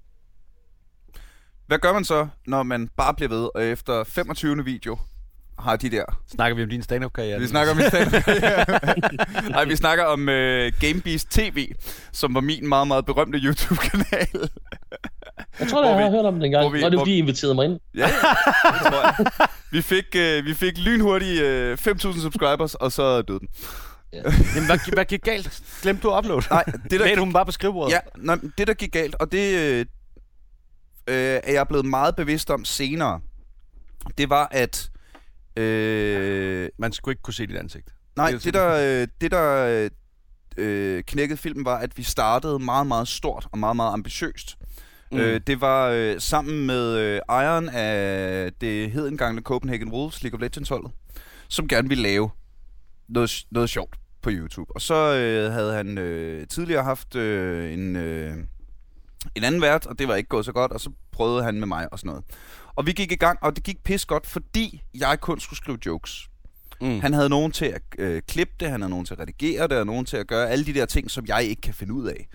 A: Hvad gør man så, når man bare bliver ved, og efter 25. video har de der...
B: Snakker vi om din stand-up-karriere?
A: Vi snakker om min stand-up-karriere. Nej, vi snakker om GameBeast TV, som var min meget, meget berømte YouTube-kanal.
C: Jeg tror, jeg har hørt om den engang, når du lige inviterede mig ind.
A: Ja, det tror jeg. Vi fik lynhurtigt 5.000 subscribers, og så døde den.
B: Ja. Jamen, hvad gik galt? Glemte du at uploade?
A: Nej, det der
B: hun bare på skrivebordet.
A: Ja, det der gik galt, og det er jeg blevet meget bevidst om senere. Det var, at
B: man skulle ikke kunne se dit ansigt.
A: Nej, det der knækkede filmen var, at vi startede meget, meget stort og meget, meget ambitiøst. Det var sammen med ejeren af det hedengangne Copenhagen Wolves League of Legends-holdet, som gerne ville lave noget sjovt på YouTube. Og så havde han tidligere haft en anden vært, og det var ikke gået så godt, og så prøvede han med mig og sådan noget. Og vi gik i gang, og det gik pis godt, fordi jeg kun skulle skrive jokes. Han havde nogen til at klippe det, han havde nogen til at redigere det, og nogen til at gøre alle de der ting, som jeg ikke kan finde ud af.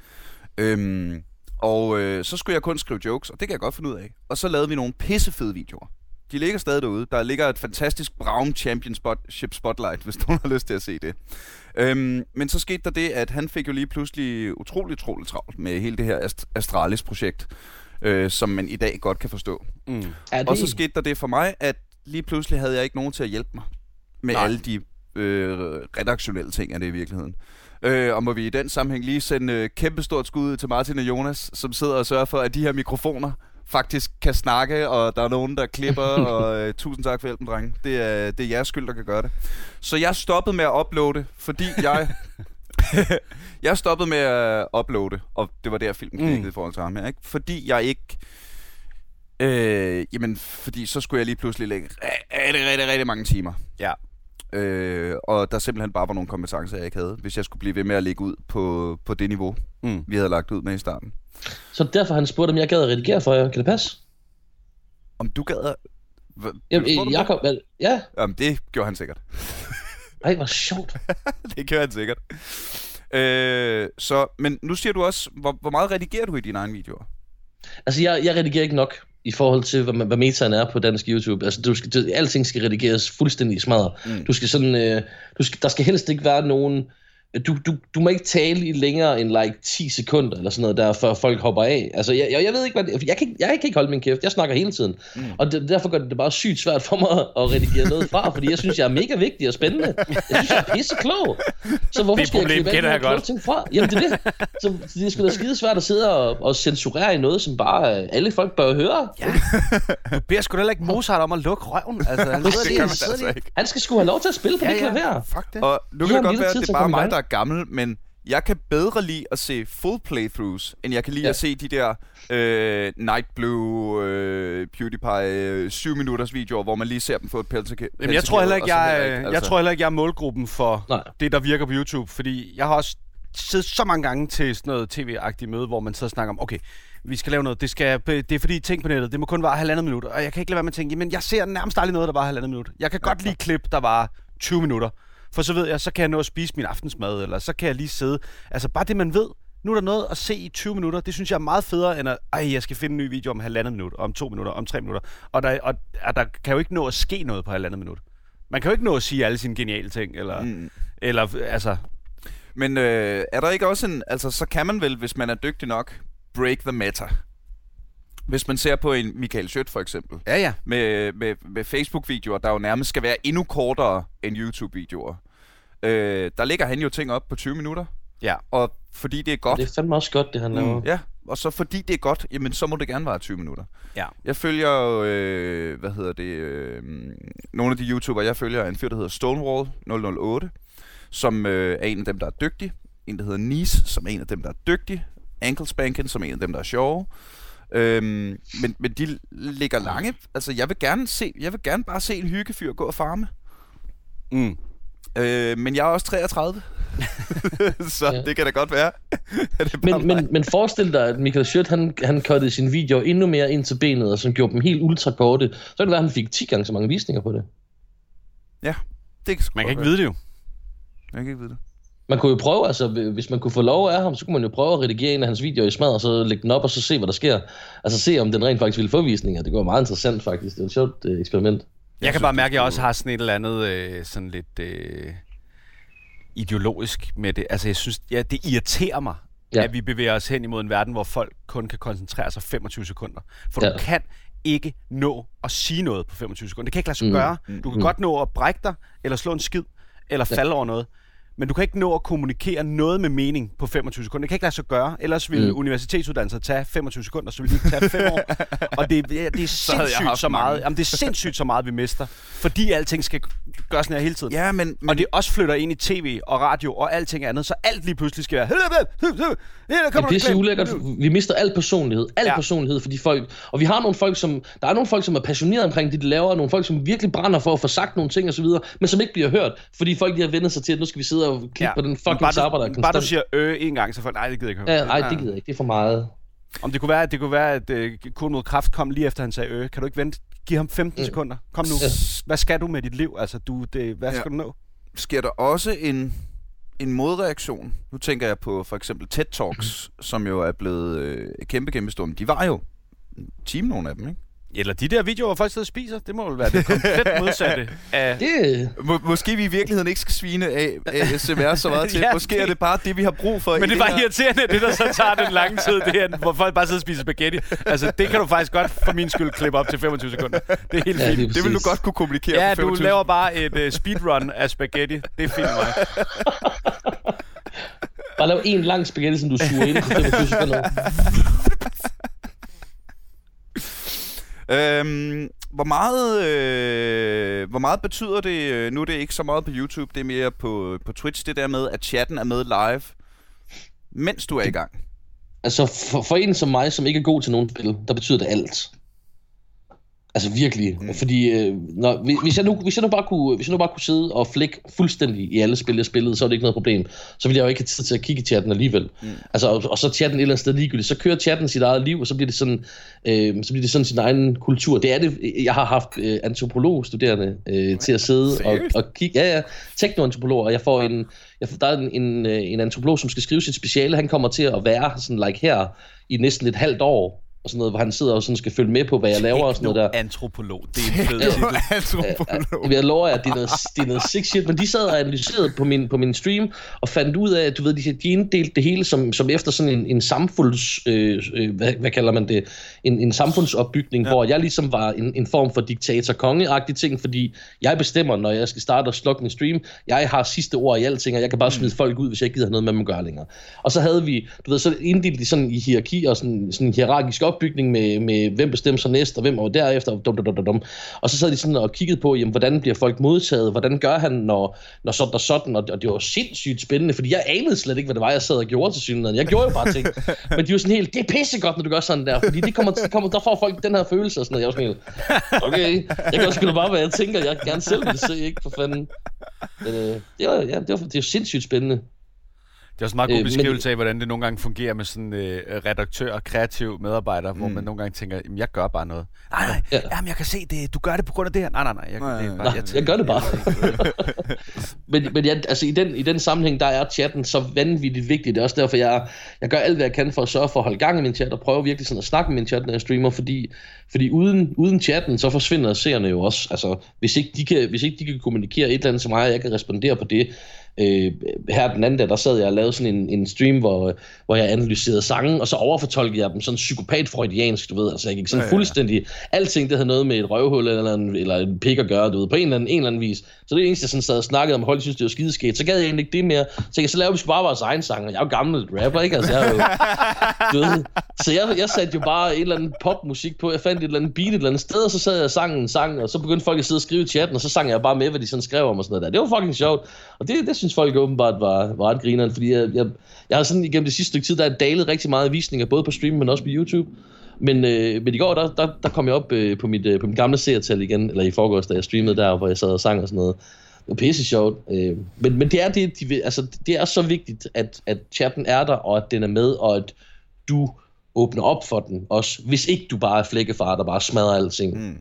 A: Så skulle jeg kun skrive jokes, og det kan jeg godt finde ud af. Og så lavede vi nogle pissefede videoer. De ligger stadig derude. Der ligger et fantastisk Braum Championship Spotlight, hvis nogen har lyst til at se det. Men så skete der det, at han fik jo lige pludselig utroligt travlt med hele det her Astralis-projekt, som man i dag godt kan forstå. Og så skete der det for mig, at lige pludselig havde jeg ikke nogen til at hjælpe mig med alle de redaktionelle ting af det i virkeligheden. Og må vi i den sammenhæng lige sende kæmpestort skud til Martin og Jonas, som sidder og sørger for, at de her mikrofoner faktisk kan snakke, og der er nogen, der klipper, og tusind tak for hjælpen, drenge. Det er jeres skyld, der kan gøre det. Så jeg stoppede med at uploade, fordi jeg stoppede med at uploade, og det var der filmen knækkede i forhold til ham her, ikke? Fordi jeg ikke... fordi så skulle jeg lige pludselig lægge rigtig mange timer.
B: Ja.
A: Og der simpelthen bare var nogle kompetencer, jeg ikke havde, hvis jeg skulle blive ved med at ligge ud på det niveau, vi havde lagt ud med i starten.
C: Så derfor han spurgte, om jeg gad at redigere for jer. Kan det passe?
A: Om du gad at...
C: Jamen, Jacob, ja.
A: Jamen, det gjorde han sikkert.
C: Ej, hvor sjovt.
A: Det gjorde han sikkert. Men nu siger du også, hvor meget redigerer du i dine egne videoer?
C: Altså, jeg redigerer ikke nok i forhold til, hvad metaen er på dansk YouTube. Altså, alting skal redigeres fuldstændig smadret. Du skal sådan, der skal helst ikke være nogen... Du må ikke tale i længere end like 10 sekunder eller sådan noget der, før folk hopper af. Altså, jeg ved ikke, hvad jeg kan ikke holde min kæft. Jeg snakker hele tiden. Og derfor gør det bare sygt svært for mig at redigere noget fra, fordi jeg synes, jeg er mega vigtig og spændende. Jeg synes, jeg er pisseklog. Så hvorfor skal jeg klippe alle kloge ting fra? Jamen, det er det. Så det er sgu da skide svært at sidde og censurere i noget, som bare alle folk bør høre.
B: Ja. Du beder sgu da heller ikke Mozart om at lukke røven. Altså,
C: han skal sgu have lov til at spille på det klaver.
B: Fuck det.
A: Og nu kan det godt være, at det er bare mig, der er gammel, men jeg kan bedre lide at se full playthroughs, end jeg kan lide at se de der Night Blue, PewDiePie 7 minutters videoer, hvor man lige ser dem få et pelseke.
B: Jamen, jeg tror heller ikke, jeg er målgruppen for det, der virker på YouTube, fordi jeg har også siddet så mange gange til sådan noget tv-agtigt møde, hvor man så snakker om, okay, vi skal lave noget, det er fordi ting på nettet, det må kun vare 1,5 minut, og jeg kan ikke lade være med at tænke, men jeg ser nærmest aldrig noget, der var 1,5 minut. Jeg kan godt lide klip, der var 20 minutter. For så ved jeg, så kan jeg nå at spise min aftensmad, eller så kan jeg lige sidde. Altså bare det, man ved. Nu er der noget at se i 20 minutter. Det synes jeg er meget federe, end at jeg skal finde en ny video om 1,5 minut, om 2 minutter, om 3 minutter. Og der kan jo ikke nå at ske noget på 1,5 minut. Man kan jo ikke nå at sige alle sine geniale ting, eller altså...
A: Men er der ikke også så kan man vel, hvis man er dygtig nok, break the meta. Hvis man ser på en Michael Schødt for eksempel, med Facebook-videoer, der jo nærmest skal være endnu kortere end YouTube-videoer, der lægger han jo ting op på 20 minutter.
B: Ja.
A: Og fordi det er godt...
C: Det er fandme også godt, det han laver.
A: Ja, og så fordi det er godt, jamen så må det gerne være 20 minutter.
B: Ja.
A: Jeg følger jo, nogle af de YouTubere, jeg følger, er en fyr, der hedder Stonewall 008, som er en af dem, der er dygtig. En, der hedder Nice, som er en af dem, der er dygtig. Ankle Spanking, som er en af dem, der er sjove. Men de ligger lange. Altså jeg vil gerne bare se en hyggefyr gå og farme. Men jeg er også 33. Så det kan da godt være.
C: men forestil dig, at Michael Schødt, han cuttede sin video endnu mere ind til benet, og så gjorde dem helt ultra korte. Så kan det være, at han fik 10 gange så mange visninger på det.
A: Ja, det kan
B: man kan ikke vide det jo.
A: Man kan ikke vide det.
C: Man kunne jo prøve, altså hvis man kunne få lov af ham, så kunne man jo prøve at redigere en af hans videoer i smad, og så lægge den op, og så se, hvad der sker. Altså se, om den rent faktisk ville få visninger. Det går meget interessant faktisk. Det er et sjovt eksperiment.
B: Jeg kan bare mærke, at jeg også har sådan et eller andet sådan lidt ideologisk med det. Altså jeg synes, det irriterer mig, at vi bevæger os hen imod en verden, hvor folk kun kan koncentrere sig 25 sekunder. For du kan ikke nå at sige noget på 25 sekunder. Det kan ikke lade sig gøre. Du kan godt nå at brække dig, eller slå en skid, eller falde over noget. Men du kan ikke nå at kommunikere noget med mening på 25 sekunder. Det kan ikke lade sig gøre. Ellers ville universitetsuddannelser tage 25 sekunder, så ville de tage 5 år. Og det er sindssygt så meget. Jamen, det er sindssygt så meget, vi mister. Fordi alting skal gøres sådan her hele tiden.
A: Ja, men...
B: Og det også flytter ind i tv og radio og alting andet. Så alt lige pludselig skal være...
C: Det er så ulækkert. Vi mister al personlighed. Personlighed for de folk. Og vi har nogle folk, som... Der er nogle folk, som er passionerede omkring det, de laver. Nogle folk, som virkelig brænder for at få sagt nogle ting og så videre. Men som ikke bliver hørt. Fordi folk, de har vendt sig til, at nu skal vi sidde og kigge på den fucking sabber, der er konstant.
B: Bare du siger en gang, så folk, nej, det gider jeg ikke høre.
C: Nej, det gider jeg ikke. Det er for meget.
B: Om det kunne være, at Kun mod Kraft kom lige efter, han sagde Kan du ikke vente? Giv ham 15 sekunder. Kom nu. Hvad skal du med dit liv? Altså, hvad skal du nå?
A: Sker der også en modreaktion? Nu tænker jeg på for eksempel TED Talks, som jo er blevet kæmpe store. De var jo team, nogle af dem, ikke?
B: Eller de der videoer, hvor folk sidder og spiser, det må vel være det komplet modsatte af...
A: Måske vi i virkeligheden ikke skal svine af ASMR så meget til. Måske er det bare det, vi har brug for.
B: Men det var irriterende, det der så tager den lange tid, det her, hvor folk bare sidder og spiser spaghetti. Altså, det kan du faktisk godt for min skyld klippe op til 25 sekunder. Det er helt fint.
A: Det vil du godt kunne kommunikere på 25
B: du laver bare et speedrun af spaghetti. Det er fint, mig.
C: Bare lav en lang spaghetti, som du suger ind på 25 sekunder.
A: Hvor meget betyder det, nu er det ikke så meget på YouTube, det er mere på Twitch, det der med, at chatten er med live, mens du er i gang? Altså
C: for en som mig, som ikke er god til nogen spil, der betyder det alt. Altså virkelig, fordi hvis jeg nu bare kunne sidde og flække fuldstændig i alle spil, jeg spillede, så er det ikke noget problem. Så ville jeg jo ikke have tid til at kigge i chatten alligevel. Altså, og så chatten et eller andet sted ligegyldigt. Så kører chatten sit eget liv, og så bliver det sådan, sin egen kultur. Det er det. Jeg har haft antropologstuderende til at sidde og kigge. Ja, teknoantropolog, og jeg får der er en antropolog, som skal skrive sit speciale. Han kommer til at være sådan her i næsten et halvt år. Og sådan noget, hvor han sidder og sådan skal følge med på, hvad jeg laver og sådan noget der.
B: Antropolog, det er en fed titel.
C: Antropolog. Jeg lover jer, at det er noget sick shit, men de sad og analyserede på min stream, og fandt ud af, at du ved, de inddelte det hele som efter sådan en samfunds, hvad kalder man det, en samfundsopbygning, hvor jeg ligesom var en form for diktator-konge-agtig ting, fordi jeg bestemmer, når jeg skal starte og slukke min stream, jeg har sidste ord i alting, og jeg kan bare smide folk ud, hvis jeg ikke gider have noget med dem at gøre længere. Og så havde vi, du ved, så inddelte de sådan i hierarki og sådan en hierarkisk opbygning med hvem bestemmer sig næst, og hvem og derefter, og så sad de sådan og kiggede på, jamen, hvordan bliver folk modtaget, hvordan gør han, når sådan og sådan, og det var sindssygt spændende, fordi jeg anede slet ikke, hvad det var, jeg sad og gjorde til synligheden. Jeg gjorde jo bare ting, men de var sådan helt, det er pissegodt, når du gør sådan der, fordi der får folk den her følelse, og sådan noget. Jeg var sådan helt, okay, jeg kan også bare, hvad jeg tænker, jeg gerne selv vil se, ikke, for fanden. Det er sindssygt spændende.
B: Det er også en meget god beskrivelse af, hvordan det nogle gange fungerer med sådan redaktør og kreativ medarbejder, hvor man nogle gange tænker, jamen jeg gør bare noget. Nej, jamen jeg kan se det, du gør det på grund af det her. Nej,
C: jeg gør det bare. men altså i den sammenhæng, der er chatten så vanvittigt vigtig. Det er også derfor, jeg gør alt, hvad jeg kan for at sørge for at holde gang i min chat, og prøve virkelig sådan at snakke med min chat, når jeg streamer, fordi uden chatten, så forsvinder seerne jo også. Altså, hvis ikke de kan kommunikere et eller andet til mig, og jeg kan respondere på det. Her den anden der sad jeg og lavede sådan en stream, hvor jeg analyserede sange, og så overfortolkede jeg dem sådan psykopat-freudiansk, du ved, altså jeg gik sådan fuldstændig, alting det havde noget med et røvhul eller en pik at gøre, du ved, på en eller anden vis. Så det eneste, jeg sådan sad og snakkede om, hold, jeg synes, det var skideskægt, så gad jeg egentlig ikke det mere. Så laver vi sgu bare vores egen sang, og jeg er jo gammel rapper, ikke? Altså, jeg er jo, du ved, så jeg satte jo bare en eller anden popmusik på, jeg fandt et eller andet beat et eller andet sted, og så sad jeg og sang en sang, og så begyndte folk at sidde og skrive i chatten, og så sang jeg bare med, hvad de sådan skrev om og sådan noget der. Det var fucking sjovt, og det synes folk åbenbart var ret grineren, fordi jeg har sådan igennem det sidste stykke tid, der er dalet rigtig meget visninger, både på stream, men også på YouTube. Men i går, der kom jeg op på mit gamle seertal igen, eller i forgårs, da jeg streamede der, hvor jeg sad og sang og sådan noget. Det var pisse sjovt. Men det er det er så vigtigt, at chatten er der, og at den er med, og at du åbner op for den også, hvis ikke du bare er flækkefar, der bare smadrer alting.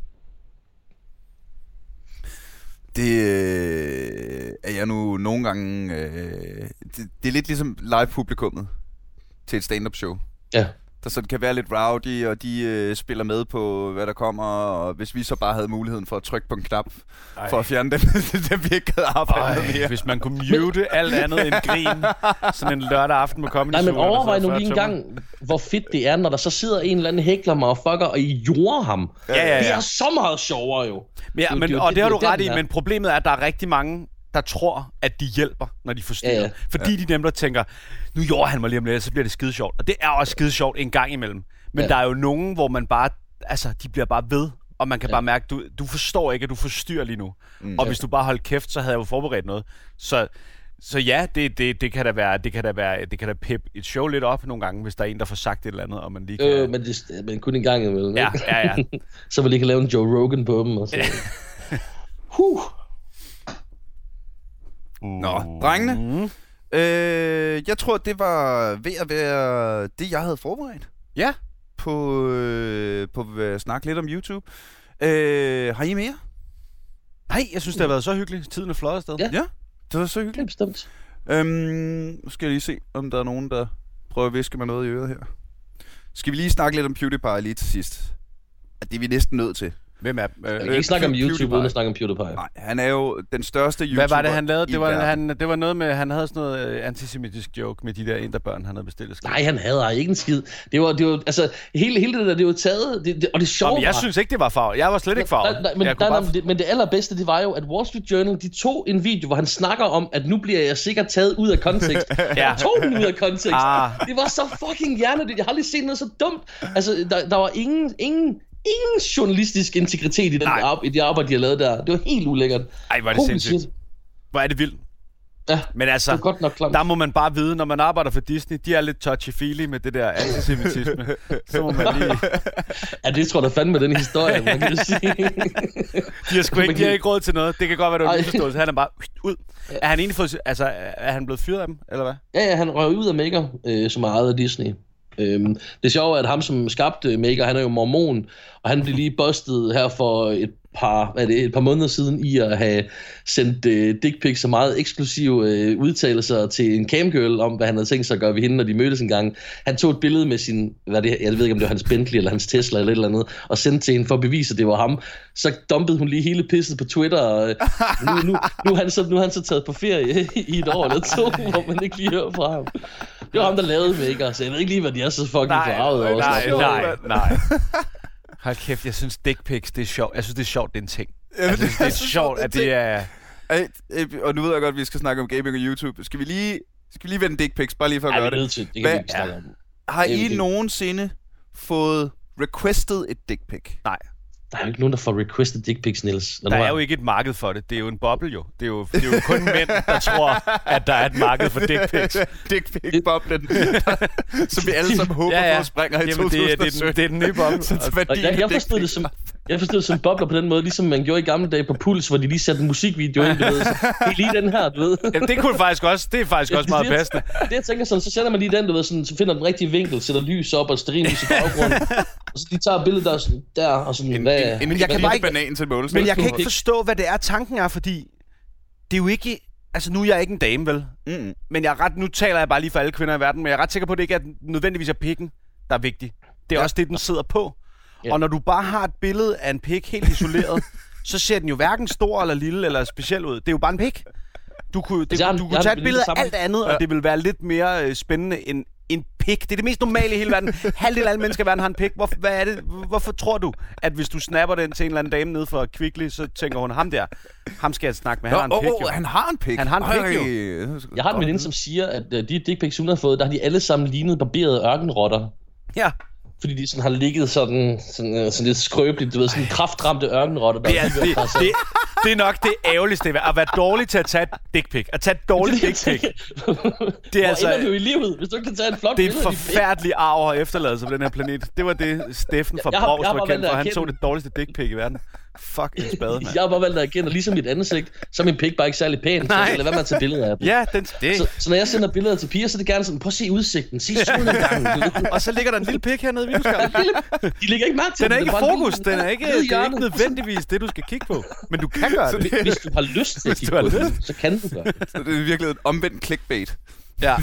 A: Det er jeg nu nogle gange... det er lidt ligesom live-publikummet til et stand-up show. Ja. Der sådan kan være lidt rowdy, og de spiller med på, hvad der kommer, og hvis vi så bare havde muligheden for at trykke på en knap, for at fjerne dem, der vi ikke havde arbejdet mere.
B: Hvis man kunne mute alt andet end grin, sådan en lørdag aften med Comedy Zoo.
C: Nej, men overvej nu lige en gang, hvor fedt det er, når der så sidder en eller anden hækler mig og fucker, og I jorder ham. Ja. Det er så meget sjovere jo.
B: Og det har du ret i, men problemet er, at der er rigtig mange, der tror, at de hjælper, når de forstyrrer. Fordi de nemlig tænker, nu gjorde han mig lige om lidt, så bliver det skide sjovt. Og det er også skide sjovt en gang imellem. Men der er jo nogen, hvor man bare, altså, de bliver bare ved, og man kan bare mærke, du forstår ikke, at du forstyrrer lige nu. Og hvis du bare holdt kæft, så havde jeg jo forberedt noget. Så ja, det kan da peppe et show lidt op nogle gange, hvis der er en, der får sagt et eller andet, og man lige kan...
C: men kun en gang imellem.
B: Ja.
C: Så man lige kan lave en Joe Rogan på dem, og så...
A: Nå, drengene. Jeg tror, det var ved at være det, jeg havde forberedt.
B: Ja.
A: På at snakke lidt om YouTube. Har I mere?
B: Nej, jeg synes, det har været så hyggeligt. Tiden er flot afsted.
A: Ja, det var så hyggeligt.
C: Det er bestemt.
A: Nu skal jeg lige se, om der er nogen, der prøver at viske mig noget i øret her. Skal vi lige snakke lidt om PewDiePie lige til sidst? Det er vi næsten nødt til.
B: Hvem er
C: jeg kan ikke snakke om YouTube uden at snakke om PewDiePie.
A: Nej, han er jo den største YouTuber.
B: Hvad var det, han lavede? Det var noget med, han havde sådan noget antisemitisk joke med de der interbørn, han havde bestilt.
C: Nej, han havde ikke en skid. Det var altså, hele det der, det var taget, og det sjove
B: jeg synes ikke, det var farvet. Jeg var slet ikke farvet.
C: Men det allerbedste, det var jo, at Wall Street Journal, de tog en video, hvor han snakker om, at nu bliver jeg sikkert taget ud af kontekst. Jeg tog den ud af kontekst. Det var så fucking hjernedødt. Jeg har aldrig set noget så dumt. Altså, der var ingen journalistisk integritet i det arbejde, de har lavet der. Det var helt ulækkert.
B: Ej, hvor er det sindssygt. Hvor er det vildt.
C: Ja,
B: Men altså,
C: det er godt nok klamt.
B: der må man bare vide, når man arbejder for Disney, de er lidt touchy-feely med det der antisemitisme. Så må man lige...
C: Ja, det tror jeg da fandme den historie, man kan sige.
B: De har ikke råd til noget. Det kan godt være, det er en misforståelse. Han er bare ud. Er han egentlig fået... Altså, er han blevet fyret af dem, eller hvad?
C: Ja, han røg ud af Maker, som er ejet af Disney. Det sjove er, at ham, som skabte Maker, han er jo mormon, og han blev lige bustet her for et par måneder siden i at have sendt dick pics og meget eksklusive udtalelser til en camgirl om, hvad han havde tænkt sig at gøre ved hende, når de mødtes en gang. Han tog et billede med sin, jeg ved ikke, om det var hans Bentley eller hans Tesla eller et eller andet, og sendte til hende for at bevise, at det var ham. Så dumpede hun lige hele pisset på Twitter, og nu er han så taget på ferie i et år eller to, hvor man ikke lige hører fra ham. Det var ham, der lavede Maker, så jeg ved ikke lige, hvad de er så fucking forarvet over.
B: Nej. Hold kæft, jeg synes dick pics, det er sjovt. Jeg synes, det er sjovt, det er en ting. Jeg synes, det er sjovt, at det er...
A: Og nu ved jeg godt, at vi skal snakke om gaming og YouTube. Skal vi lige vende dick pics, bare lige for at gøre det?
C: Det kan vi ikke snakke om.
A: Har I nogensinde fået requestet et dick pic?
B: Nej.
C: Der er jo ikke nogen, der får requested dick pics, Niels.
B: Der er jo ikke et marked for det. Det er jo en boble, jo. Det er jo kun mænd, der tror, at der er et marked for dick pics.
A: Dick pic-boblen, som vi alle sammen håber på springer i 2017.
B: Det er den nye boble.
C: Jeg forstod det som bobler på den måde, ligesom man gjorde i gamle dage på Puls, hvor de lige satte en musikvideo ind, du ved. Så det er lige den her, du ved.
B: Jamen, det kunne faktisk også. Det er faktisk også meget passende.
C: Det jeg tænker sådan, så sætter man lige den, du ved, sådan, så finder den rigtige vinkel, sætter lys op og stearinlys i baggrunden. Og så de tager billedet der og sådan,
A: men jeg kan bare ikke banan til mål.
B: Men jeg kan ikke forstå, hvad det er, tanken er, fordi det er jo ikke... Altså, nu er jeg ikke en dame, vel? Men nu taler jeg bare lige for alle kvinder i verden, men jeg er ret sikker på, at det ikke er nødvendigvis er pikken, der er vigtig. Det er også det, den sidder på. Ja. Og når du bare har et billede af en pik helt isoleret, så ser den jo hverken stor eller lille eller speciel ud. Det er jo bare en pik. Du kunne tage et billede af alt andet, og det vil være lidt mere spændende end en pik. Det er det mest normale i hele verden. Halvdelen af alle mennesker i verden har en pik. Hvorfor tror du, at hvis du snapper den til en eller anden dame nede for Kvickly, så tænker hun, ham skal jeg snakke med. Han har en pik, jo.
A: Han har en pik.
B: Han har en pik, jo.
C: Jeg har en veninde, som siger, at de dick pics, hun har fået, der har de alle sammen lignet barberede ørkenrotter.
B: Ja.
C: Fordi de sådan har ligget sådan lidt skrøbeligt, du ved, sådan kraftramte ørkenrotter.
B: Det er nok det ærgerligste at være dårlig til at tage et dick pic. At tage et dårligt dick pic.
C: Det er altså... Hvor ender du i livet, hvis du ikke kan tage en flot billede?
B: Det er en forfærdelig arv at efterlade sig på den her planet. Det var det, Steffen fra Brovst var kendt for. Han tog det dårligste dick pic i verden. Fuck en spade, mand.
C: Jeg har bare valgt at erkende, og ligesom mit ansigt, så er min pik bare ikke særlig pæn. Så lad være med at tage billeder af dem.
B: Ja,
C: så når jeg sender billeder til piger, så er det gerne sådan, prøv at se udsigten, se solen en gang.
B: Og så ligger der en lille pik hernede i vindueskarmen.
C: De ligger ikke mærke til
B: den. Er ikke i fokus. Det er ikke nødvendigvis det, du skal kigge på. Men du kan gøre det.
C: Hvis du har lyst til at kigge på det, så kan du gøre det.
A: Så det er virkelig et omvendt clickbait.
B: Ja.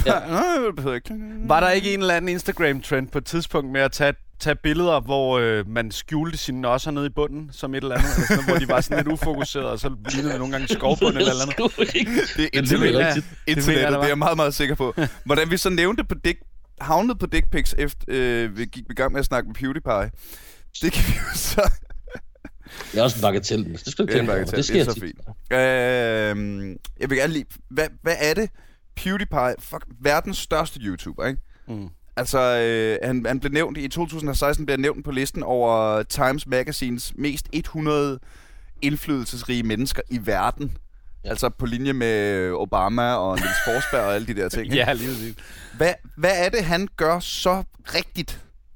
B: Var der ikke en eller anden Instagram-trend på et tidspunkt med at tage billeder, hvor man skjulte sine nosser nede i bunden, som et eller andet, eller sådan, hvor de var sådan lidt ufokuseret, og så lignede det nogle gange skovbund eller andet.
A: Det er internettet, det er jeg meget, meget sikker på. Hvordan vi så nævnte på havnede på dick pics, efter vi gik i gang med at snakke med PewDiePie. Det kan vi jo så...
C: Jeg er også en bagatel. Det skal du kende. Det sker
A: så fint. Jeg vil gerne lige... Hvad er det? PewDiePie, verdens største YouTuber, ikke? Altså, han blev nævnt i 2016, blev nævnt på listen over Times Magazines mest 100 indflydelsesrige mennesker i verden. Ja. Altså på linje med Obama og Niels Forsberg og alle de der ting.
B: Ja, lige præcis.
A: Hvad er det, han gør så rigtigt?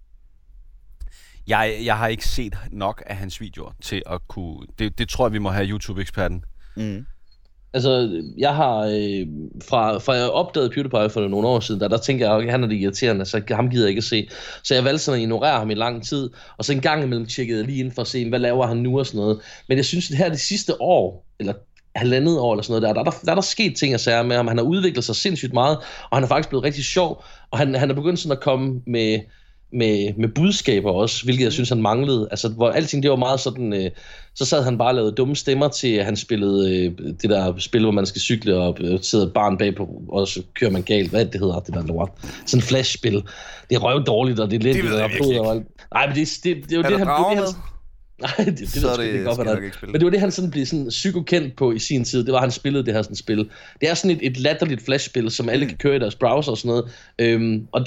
B: Jeg har ikke set nok af hans videoer til at kunne... Det tror jeg, vi må have YouTube-eksperten.
C: Altså, jeg har... Fra jeg opdagede PewDiePie for nogle år siden, der tænker jeg, at han er det irriterende, så ham gider jeg ikke at se. Så jeg valgte sådan at ignorere ham i lang tid, og så en gang imellem tjekkede jeg lige ind for at se, hvad laver han nu og sådan noget. Men jeg synes, at her det sidste år, eller halvandet år eller sådan noget, der er der sket ting og sager med ham. Han har udviklet sig sindssygt meget, og han er faktisk blevet rigtig sjov, og han er begyndt sådan at komme med budskaber også, hvilket jeg synes, han manglede. Altså, hvor alting det var meget sådan... så sad han bare og lavede dumme stemmer til, at han spillede det der spil, hvor man skal cykle og sidder et barn bagpå, og så kører man galt. Hvad det hedder, det der lort? Sådan et flashspil. Det er røvdårligt, og det er lidt...
A: Det ved jeg virkelig ikke.
C: Nej, men det er jo det, han... Nej, det godt, men det var det, han sådan blev sådan psykokendt på i sin tid. Det var, han spillede det her sådan spil. Det er sådan et latterligt flashspil, som alle kan køre i deres browser og sådan noget. Og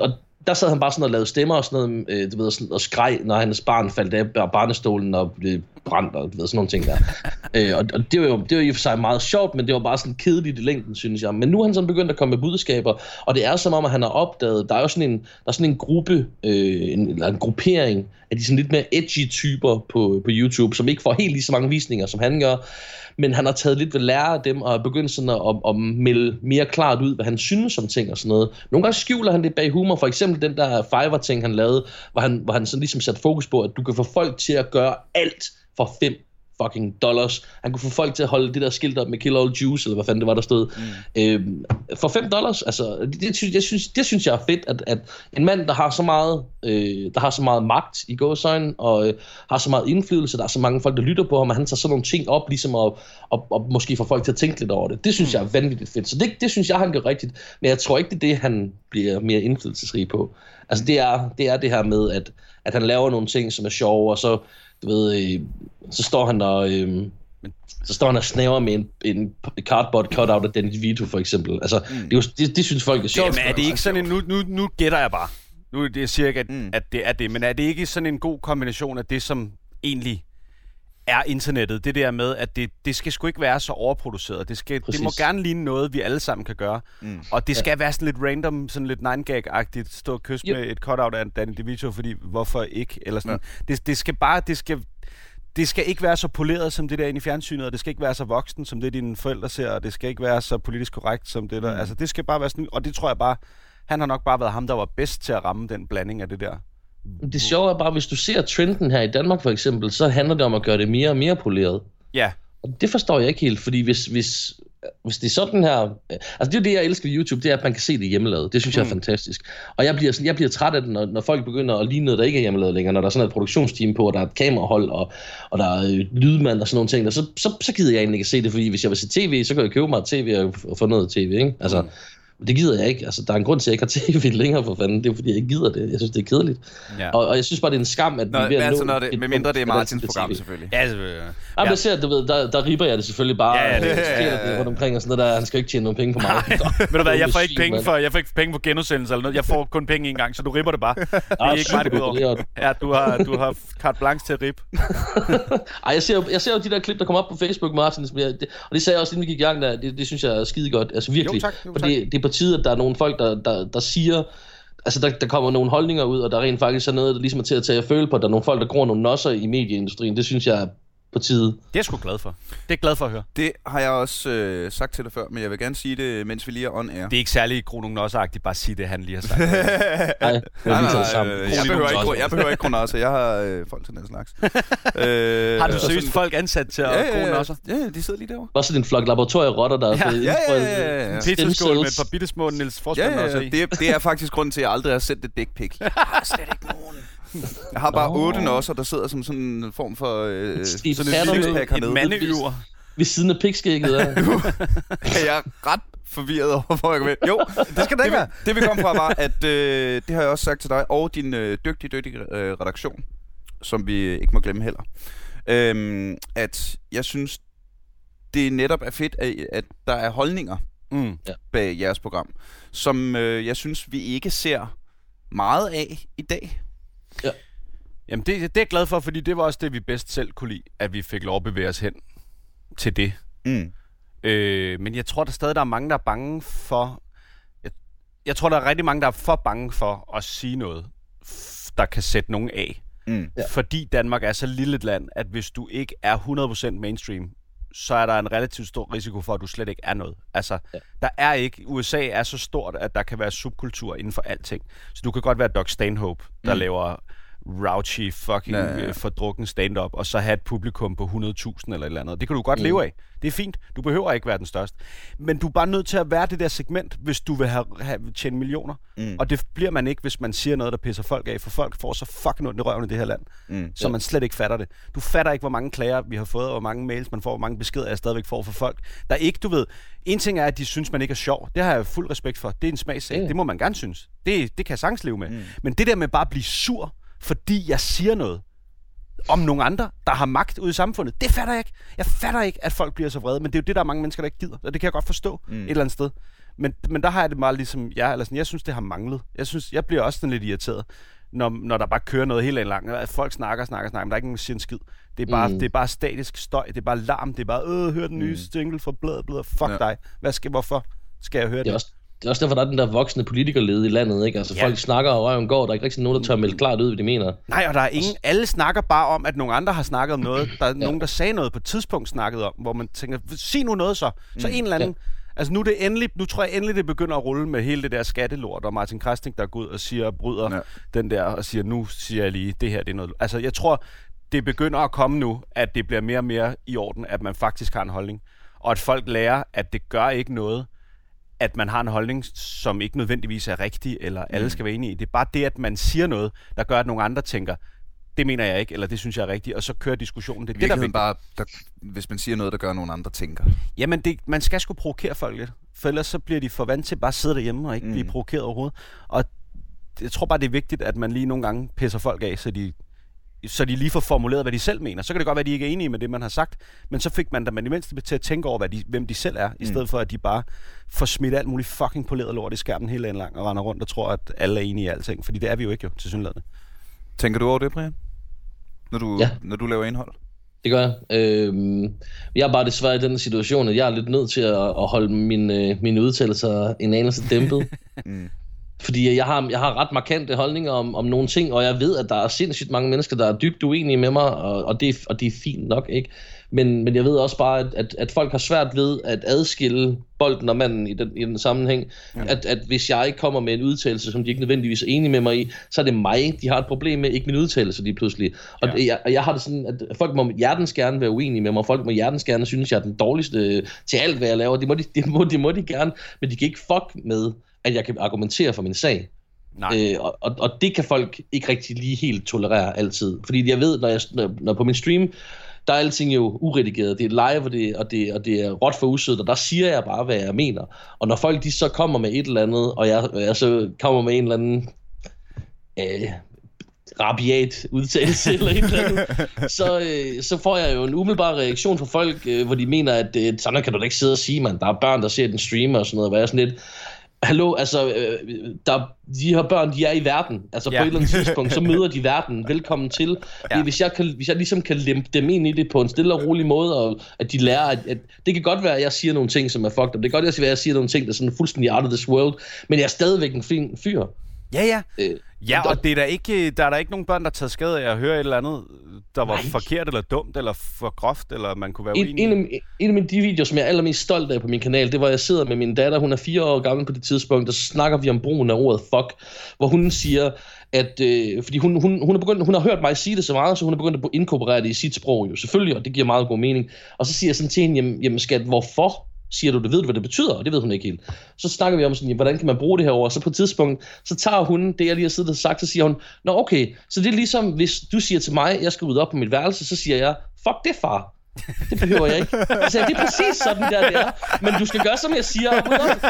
C: der sad han bare sådan og lavede stemmer og sådan noget, du ved, sådan, og skreg, når hans barn faldt af barnestolen og blev brændt og du ved, sådan nogle ting der. Og det var jo i og for sig meget sjovt, men det var bare sådan kedeligt i længden, synes jeg. Men nu er han sådan begyndt at komme med budskaber, og det er som om, at han har opdaget, der er jo sådan en gruppe, en gruppering af de sådan lidt mere edgy typer på YouTube, som ikke får helt lige så mange visninger, som han gør. Men han har taget lidt ved lære af dem, og er begyndt sådan at melde mere klart ud, hvad han synes om ting og sådan noget. Nogle gange skjuler han det bag humor. For eksempel den der Fiverr-ting, han lavede, hvor han sådan ligesom satte fokus på, at du kan få folk til at gøre alt for $5. Han kunne få folk til at holde det der skilt op med Kill All Jews, eller hvad fanden det var, der stod. For $5, altså, det synes jeg er fedt, at en mand, der har så meget magt i gåseøjne, og har så meget indflydelse, der er så mange folk, der lytter på ham, og han tager sådan nogle ting op, ligesom at måske få folk til at tænke lidt over det. Det synes jeg er vanvittigt fedt. Så det synes jeg, han gør rigtigt. Men jeg tror ikke, det er det, han bliver mere indflydelsesrig på. Altså, det er det her med, at han laver nogle ting, som er sjove, og så du ved, så står han og snæver med en cardboard cutout af Danny DeVito for eksempel. Altså, det synes folk er sjovt.
B: Men er det ikke sådan en, nu gætter jeg bare. Nu er det cirka, at det er det, men er det ikke sådan en god kombination af det, som egentlig er internettet? Det der med, at det skal sgu ikke være så overproduceret. Det må gerne ligne noget, vi alle sammen kan gøre. Og det skal være sådan lidt random, sådan lidt 9gag-agtigt, stå og kysse med et cutout af Danny DeVito, fordi hvorfor ikke? Eller sådan. Det skal ikke være så poleret som det der inde i fjernsynet, og det skal ikke være så voksen som det dine forældre ser, og det skal ikke være så politisk korrekt som det der. Altså det skal bare være sådan, og det tror jeg bare, han har nok bare været ham, der var bedst til at ramme den blanding af det der.
C: Det sjove er bare, hvis du ser trenden her i Danmark for eksempel, så handler det om at gøre det mere og mere poleret.
B: Ja.
C: Og det forstår jeg ikke helt, fordi hvis det er sådan her... Altså det er det, jeg elsker ved YouTube, det er, at man kan se det hjemmelavet. Det synes jeg er fantastisk. Og jeg bliver træt af det, når folk begynder at ligne noget, der ikke er hjemmelavet længere. Når der er sådan et produktionsteam på, og der er et kamerahold, og der er lydmand og sådan nogle ting. Og så gider jeg egentlig ikke at se det, fordi hvis jeg vil se tv, så kan jeg købe mig et tv og få noget tv, ikke? Altså... Det gider jeg ikke. Altså, der er en grund til, at jeg ikke har tv længere for fanden. Det er, fordi jeg ikke gider det. Jeg synes, det er kedeligt. Ja. Og jeg synes bare, det er en skam, at vi er ved at nå...
A: Med mindre det er Martins program, selvfølgelig.
B: Ja, selvfølgelig.
C: Ja. Jeg ser, du ved, der ripper jeg det selvfølgelig bare. Ja. Rundt omkring og sådan noget der. Han skal ikke tjene nogen penge på mig.
B: Ved du hvad, jeg får ikke penge for genudsendelse eller noget. Jeg får kun penge en gang, så du ripper det bare. Det er ikke mig, det går over. Ja, du har carte blanche til at rippe.
C: Ej, jeg ser jo de der klip, der kommer op på Facebook, Martin. Og det sagde jeg også, inden vi gik i gang der. Det synes jeg er skide godt. Altså virkelig. Det er på tide, at der er nogle folk, der siger, altså der kommer nogle holdninger ud, og der rent faktisk er noget, der ligesom er til at tage at føle på, at der er nogle folk, der gror nogle nosser i medieindustrien. Det synes jeg er på tide.
B: Det er jeg sgu glad for. Det er jeg glad for at høre.
A: Det har jeg også sagt til dig før, men jeg vil gerne sige det, mens vi lige er on air.
B: Det er ikke særlig kronosseragtigt bare at sige det, han lige har sagt.
C: Nej,
A: jeg behøver ikke kronosser. Jeg har folk til den slags.
B: Har du seriøst folk ansat til at kronosser?
A: Ja, de sidder lige derovre.
C: Også en flok laboratorierotter, der
A: er
B: Pizzaskål med et par bittesmå Niels Forsberg også i.
A: Det er faktisk grunden til, at jeg aldrig har sendt et dick pic. Jeg har slet ikke nogen. Jeg har bare 8 nosser, der sidder som sådan en form for sådan en livspack hernede.
B: Et mandeøver.
C: Ved siden af pikskægget.
A: Jeg er ret forvirret over, hvor jeg går med. Jo, det skal det ikke være. Det vi kom fra var, at det har jeg også sagt til dig, og din dygtige redaktion, som vi ikke må glemme heller, at jeg synes, det netop er fedt, at der er holdninger bag jeres program, som jeg synes, vi ikke ser meget af i dag.
C: Ja.
B: Jamen det er jeg glad for, fordi det var også det, vi bedst selv kunne lide, at vi fik lov at bevæge os hen til det. Men jeg tror, der stadig der er mange, der er bange for... Jeg tror, der er rigtig mange, der er for bange for at sige noget, der kan sætte nogen af. Fordi Danmark er så lille et land, at hvis du ikke er 100% mainstream, så er der en relativt stor risiko for, at du slet ikke er noget. Altså, der er ikke... USA er så stort, at der kan være subkultur inden for alting. Så du kan godt være Doug Stanhope, der laver raunchy fucking fordrukken stand-up, og så have et publikum på 100.000 eller et eller andet. Det kan du godt leve af. Det er fint. Du behøver ikke være den største. Men du er bare nødt til at være det der segment, hvis du vil tjene millioner. Og det bliver man ikke, hvis man siger noget, der pisser folk af, for folk får så fucking ondt i røven i det her land, så man slet ikke fatter det. Du fatter ikke, hvor mange klager vi har fået, hvor mange mails man får, hvor mange beskeder jeg stadigvæk får fra folk. Der er ikke, du ved, en ting er, at de synes, man ikke er sjov. Det har jeg fuld respekt for. Det er en smagssag. Det må man gerne synes. Det kan jeg sagtens leve med. Men det der med bare at blive sur, fordi jeg siger noget om nogle andre, der har magt ude i samfundet, det fatter jeg ikke. Jeg fatter ikke, at folk bliver så vrede, men det er jo det, der er mange mennesker, der ikke gider. Og det kan jeg godt forstå et eller andet sted. Men der har jeg det meget ligesom jeg synes, det har manglet. Jeg bliver også sådan lidt irriteret, når der bare kører noget helt langt. Folk snakker, men der er ikke nogen, der siger en skid. Det er bare statisk støj, det er bare larm, det er bare, hør den nye single fra bladet, fuck dig. Hvorfor skal jeg høre det?
C: Det er også derfor, der er den der voksne politikerlede i landet, ikke? Altså folk snakker, og røven går, der er ikke rigtig nogen, der tør melde klart ud, hvad de mener.
B: Nej, og der er ingen, alle snakker bare om, at nogle andre har snakket om noget. Der er nogen, der sagde noget på et tidspunkt snakket om, hvor man tænker, sig nu noget så. Så en eller anden... Ja. Altså nu tror jeg endelig, det begynder at rulle med hele det der skattelort, og Martin Krasnik, der går ud og bryder den der, og siger, nu siger jeg lige, det her, det er noget... Altså, jeg tror, det begynder at komme nu, at det bliver mere og mere i orden, at man faktisk har en holdning. Og at folk lærer, at det gør ikke noget, at man har en holdning, som ikke nødvendigvis er rigtig, eller alle skal være enige i. Det er bare det, at man siger noget, der gør, at nogle andre tænker, det mener jeg ikke, eller det synes jeg er rigtigt, og så kører diskussionen. Det er det, der
A: bare, hvis man siger noget, der gør, nogle andre tænker.
B: Jamen, man skal sgu provokere folk lidt, for ellers så bliver de for vant til bare at sidde derhjemme og ikke blive provokeret overhovedet. Og jeg tror bare, det er vigtigt, at man lige nogle gange pisser folk af, så de lige får formuleret, hvad de selv mener. Så kan det godt være, at de ikke er enige med det, man har sagt, men så fik man da i mindste til at tænke over, hvem de selv er, i stedet for, at de bare får smidt alt muligt fucking poleret lort i skærmen hele dagen lang og render rundt og tror, at alle er enige i alting. Fordi det er vi jo ikke jo, til synligheden.
A: Tænker du over det, Brian? Når du laver indhold?
C: Det gør jeg. Jeg er bare desværre i den situation, at jeg er lidt nødt til at holde mine udtalelser en anelse dæmpet. Fordi jeg har ret markante holdninger om nogle ting, og jeg ved, at der er sindssygt mange mennesker, der er dybt uenige med mig, og det er fint nok, ikke? Men jeg ved også bare, at folk har svært ved at adskille bolden og manden i den sammenhæng. Ja. At hvis jeg ikke kommer med en udtalelse, som de ikke nødvendigvis er enige med mig i, så er det mig, de har et problem med, ikke min udtalelse lige pludselig. Og jeg har det sådan, at folk må hjertens gerne være uenige med mig, folk må hjertens gerne synes, jeg er den dårligste til alt, hvad jeg laver. Det må de gerne, men de kan ikke fuck med, at jeg kan argumentere for min sag. Og det kan folk ikke rigtig lige helt tolerere altid. Fordi jeg ved, når på min stream, der er alting jo uredigeret. Det er live, og det er råt for usødet, og der siger jeg bare, hvad jeg mener. Og når folk de så kommer med et eller andet, og jeg så kommer med en eller anden rabiat udtalelse eller et eller andet, så får jeg jo en umiddelbar reaktion fra folk, hvor de mener, at sådan kan du da ikke sidde og sige, man. Der er børn, der ser den streamer og sådan noget, hvad er sådan lidt... Hallo, altså, de her børn, de er i verden. Altså, på et eller andet tidspunkt, så møder de verden. Velkommen til. Hvis jeg ligesom kan lempe dem ind i det på en stille og rolig måde, og at de lærer, at det kan godt være, at jeg siger nogle ting, som er fucked up. Det kan godt være, at jeg siger nogle ting, der er sådan fuldstændig out of this world. Men jeg er stadigvæk en fin fyr.
B: Ja, og det er der er der ikke nogen børn, der tager skade af at høre et eller andet, der var forkert eller dumt, eller for groft, eller man kunne være uenig.
C: En af de videoer, som jeg er allermest stolt af på min kanal, det var, at jeg sidder med min datter, hun er 4 år gammel på det tidspunkt, og så snakker vi om brugen af ordet fuck, hvor hun siger, at fordi hun har hørt mig sige det så meget, så hun er begyndt at inkorporere det i sit sprog, jo selvfølgelig, og det giver meget god mening. Og så siger jeg sådan til hende, jamen skat, hvorfor siger du, ved hvad det betyder? Og det ved hun ikke helt. Så snakker vi om sådan, hvordan kan man bruge det her ord? Og så på et tidspunkt, så tager hun det, jeg lige har siddet og sagt, så siger hun, nå okay, så det er ligesom, hvis du siger til mig, jeg skal rydde op på mit værelse, så siger jeg, fuck det, far. Det behøver jeg ikke. Så det er præcis sådan der, det er. Men du skal gøre, som jeg siger, rydde op.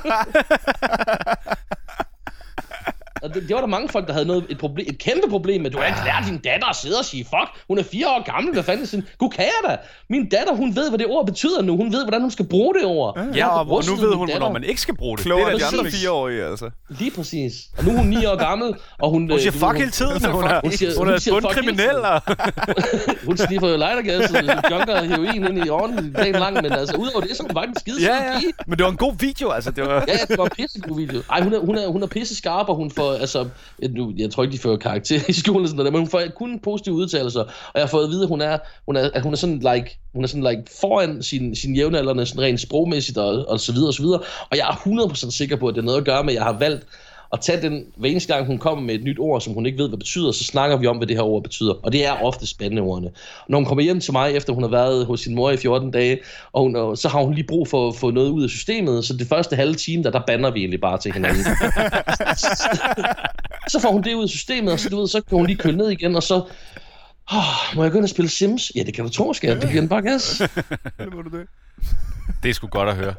C: Og det var der mange folk, der havde et kæmpe problem med, du har ikke lært din datter at sidde og sige, fuck, hun er 4 år gammel, hvad fanden er sådan? Gud, kan jeg da? Min datter, hun ved, hvad det ord betyder nu. Hun ved, hvordan hun skal bruge det ord.
B: Ja, og nu ved hun, hvornår man ikke skal bruge det.
A: Klogere end de andre 4-årige, altså.
C: Lige præcis. Og nu er hun 9 år gammel, og hun
B: siger fuck hele tiden. Hun er bundkriminel.
C: Hun sniffer jo lightergas og junker heroin ind i ånden dagen lang, men altså, udover det, så er hun faktisk skide
B: sød. Men det var en god video, altså.
C: Ja, det var en pissegod video. Ej, hun er pisse skarp, og hun får, altså, jeg tror ikke, de får karakter i skolen og sådan noget, men hun får kun positive udtalelser, og jeg har fået at vide, at hun er sådan like foran sin jævnaldrende, sådan rent sprogmæssigt og så videre og så videre, og jeg er 100% sikker på, at det er noget at gøre med, at jeg har valgt at tage den, hver eneste gang hun kommer med et nyt ord, som hun ikke ved, hvad betyder, så snakker vi om, hvad det her ord betyder. Og det er ofte spændende ordene. Når hun kommer hjem til mig, efter hun har været hos sin mor i 14 dage, og så har hun lige brug for at få noget ud af systemet, så det første halve time, der bander vi egentlig bare til hinanden. Så får hun det ud af systemet, og så kan hun lige køle ned igen, og så... må jeg gå ind og spille Sims? Ja, det kan du tro, skat. Det bliver en bare gas.
B: Det er sgu godt at høre.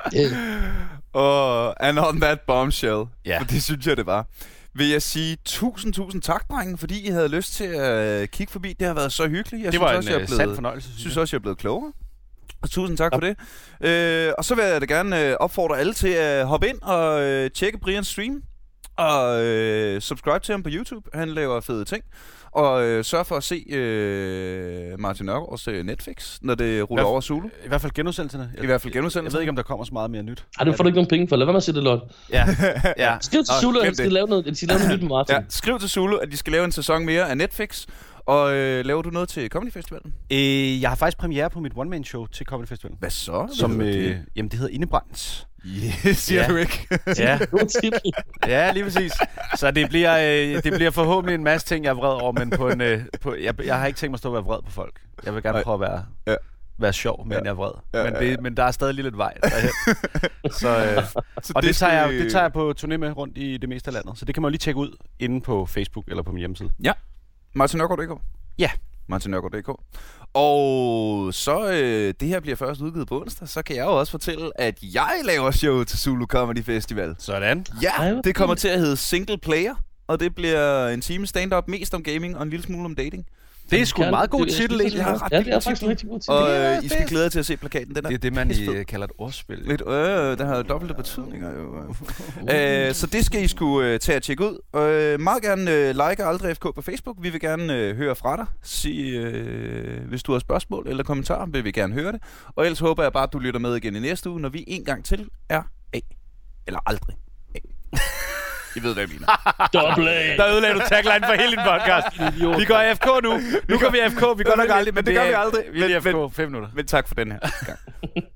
A: And on that bombshell. For det synes jeg, det var. Vil jeg sige tusind tak, drenge, fordi I havde lyst til at kigge forbi. Det har været så hyggeligt.
B: Det var en sand fornøjelse.
A: Jeg synes også, jeg er blevet klogere. Tusind tak for det. Og så vil jeg da gerne opfordre alle til at hoppe ind og tjekke Brians stream. Og subscribe til ham på YouTube. Han laver fede ting. Og sørg for at se Martin Nørgaards Netflix, når det ruller over Zulu.
B: I hvert fald genudsendelserne.
A: I hvert fald genudsendelserne.
B: Jeg ved ikke, om der kommer så meget mere nyt.
C: Ej, du får du ikke nogen penge for. Lad være med at sige det, Lord.
B: Ja.
C: Skriv til Zulu, at de skal lave noget nyt med Martin.
A: Ja, skriv til Zulu, at de skal lave en sæson mere af Netflix. Og laver du noget til Comedy Festivalen?
B: Jeg har faktisk premiere på mit one-man-show til Comedy Festivalen.
A: Hvad så?
B: Som, jamen, det hedder Indebrands.
A: Siger du ikke?
B: Ja. Ja, lige præcis. Så det bliver forhåbentlig en masse ting, jeg er vred over, men jeg har ikke tænkt mig at stå og være vred på folk. Jeg vil gerne prøve at være sjov, men jeg er vred. Men der er stadig lige lidt vej derhen. Og det tager jeg på turné med rundt i det meste af landet. Så det kan man jo lige tjekke ud inde på Facebook eller på min hjemmeside.
A: Ja. MartinNørgaard.dk.
B: Ja.
A: MartinNørgaard.dk. Og så det her bliver først udgivet på onsdag, så kan jeg jo også fortælle, at jeg laver show til Zulu Comedy Festival.
B: Sådan.
A: Ja, det kommer til at hedde Single Player, og det bliver en time stand-up, mest om gaming og en lille smule om dating.
B: Det er sgu en meget god titel, egentlig.
C: Ja, det er faktisk en rigtig god titel.
A: Og I skal glæde jer til at se plakaten. Den
B: det er det, man kalder et ordspil.
A: Lidt, der har dobbelte betydninger jo. Så det skal I skulle tage og tjekke ud. Meget gerne like Aldrig FK på Facebook. Vi vil gerne høre fra dig. Sig, hvis du har spørgsmål eller kommentarer, vil vi gerne høre det. Og ellers håber jeg bare, at du lytter med igen i næste uge, når vi en gang til er af. Eller aldrig af. I ved, hvad jeg mener.
C: Double A.
B: Der ødelagde du tagline for hele din podcast. Vi går AFK nu. Nu går vi AFK. Vi går nok aldrig, men det gør vi aldrig. Vi er AFK 5 minutter.
A: Men tak for den her gang.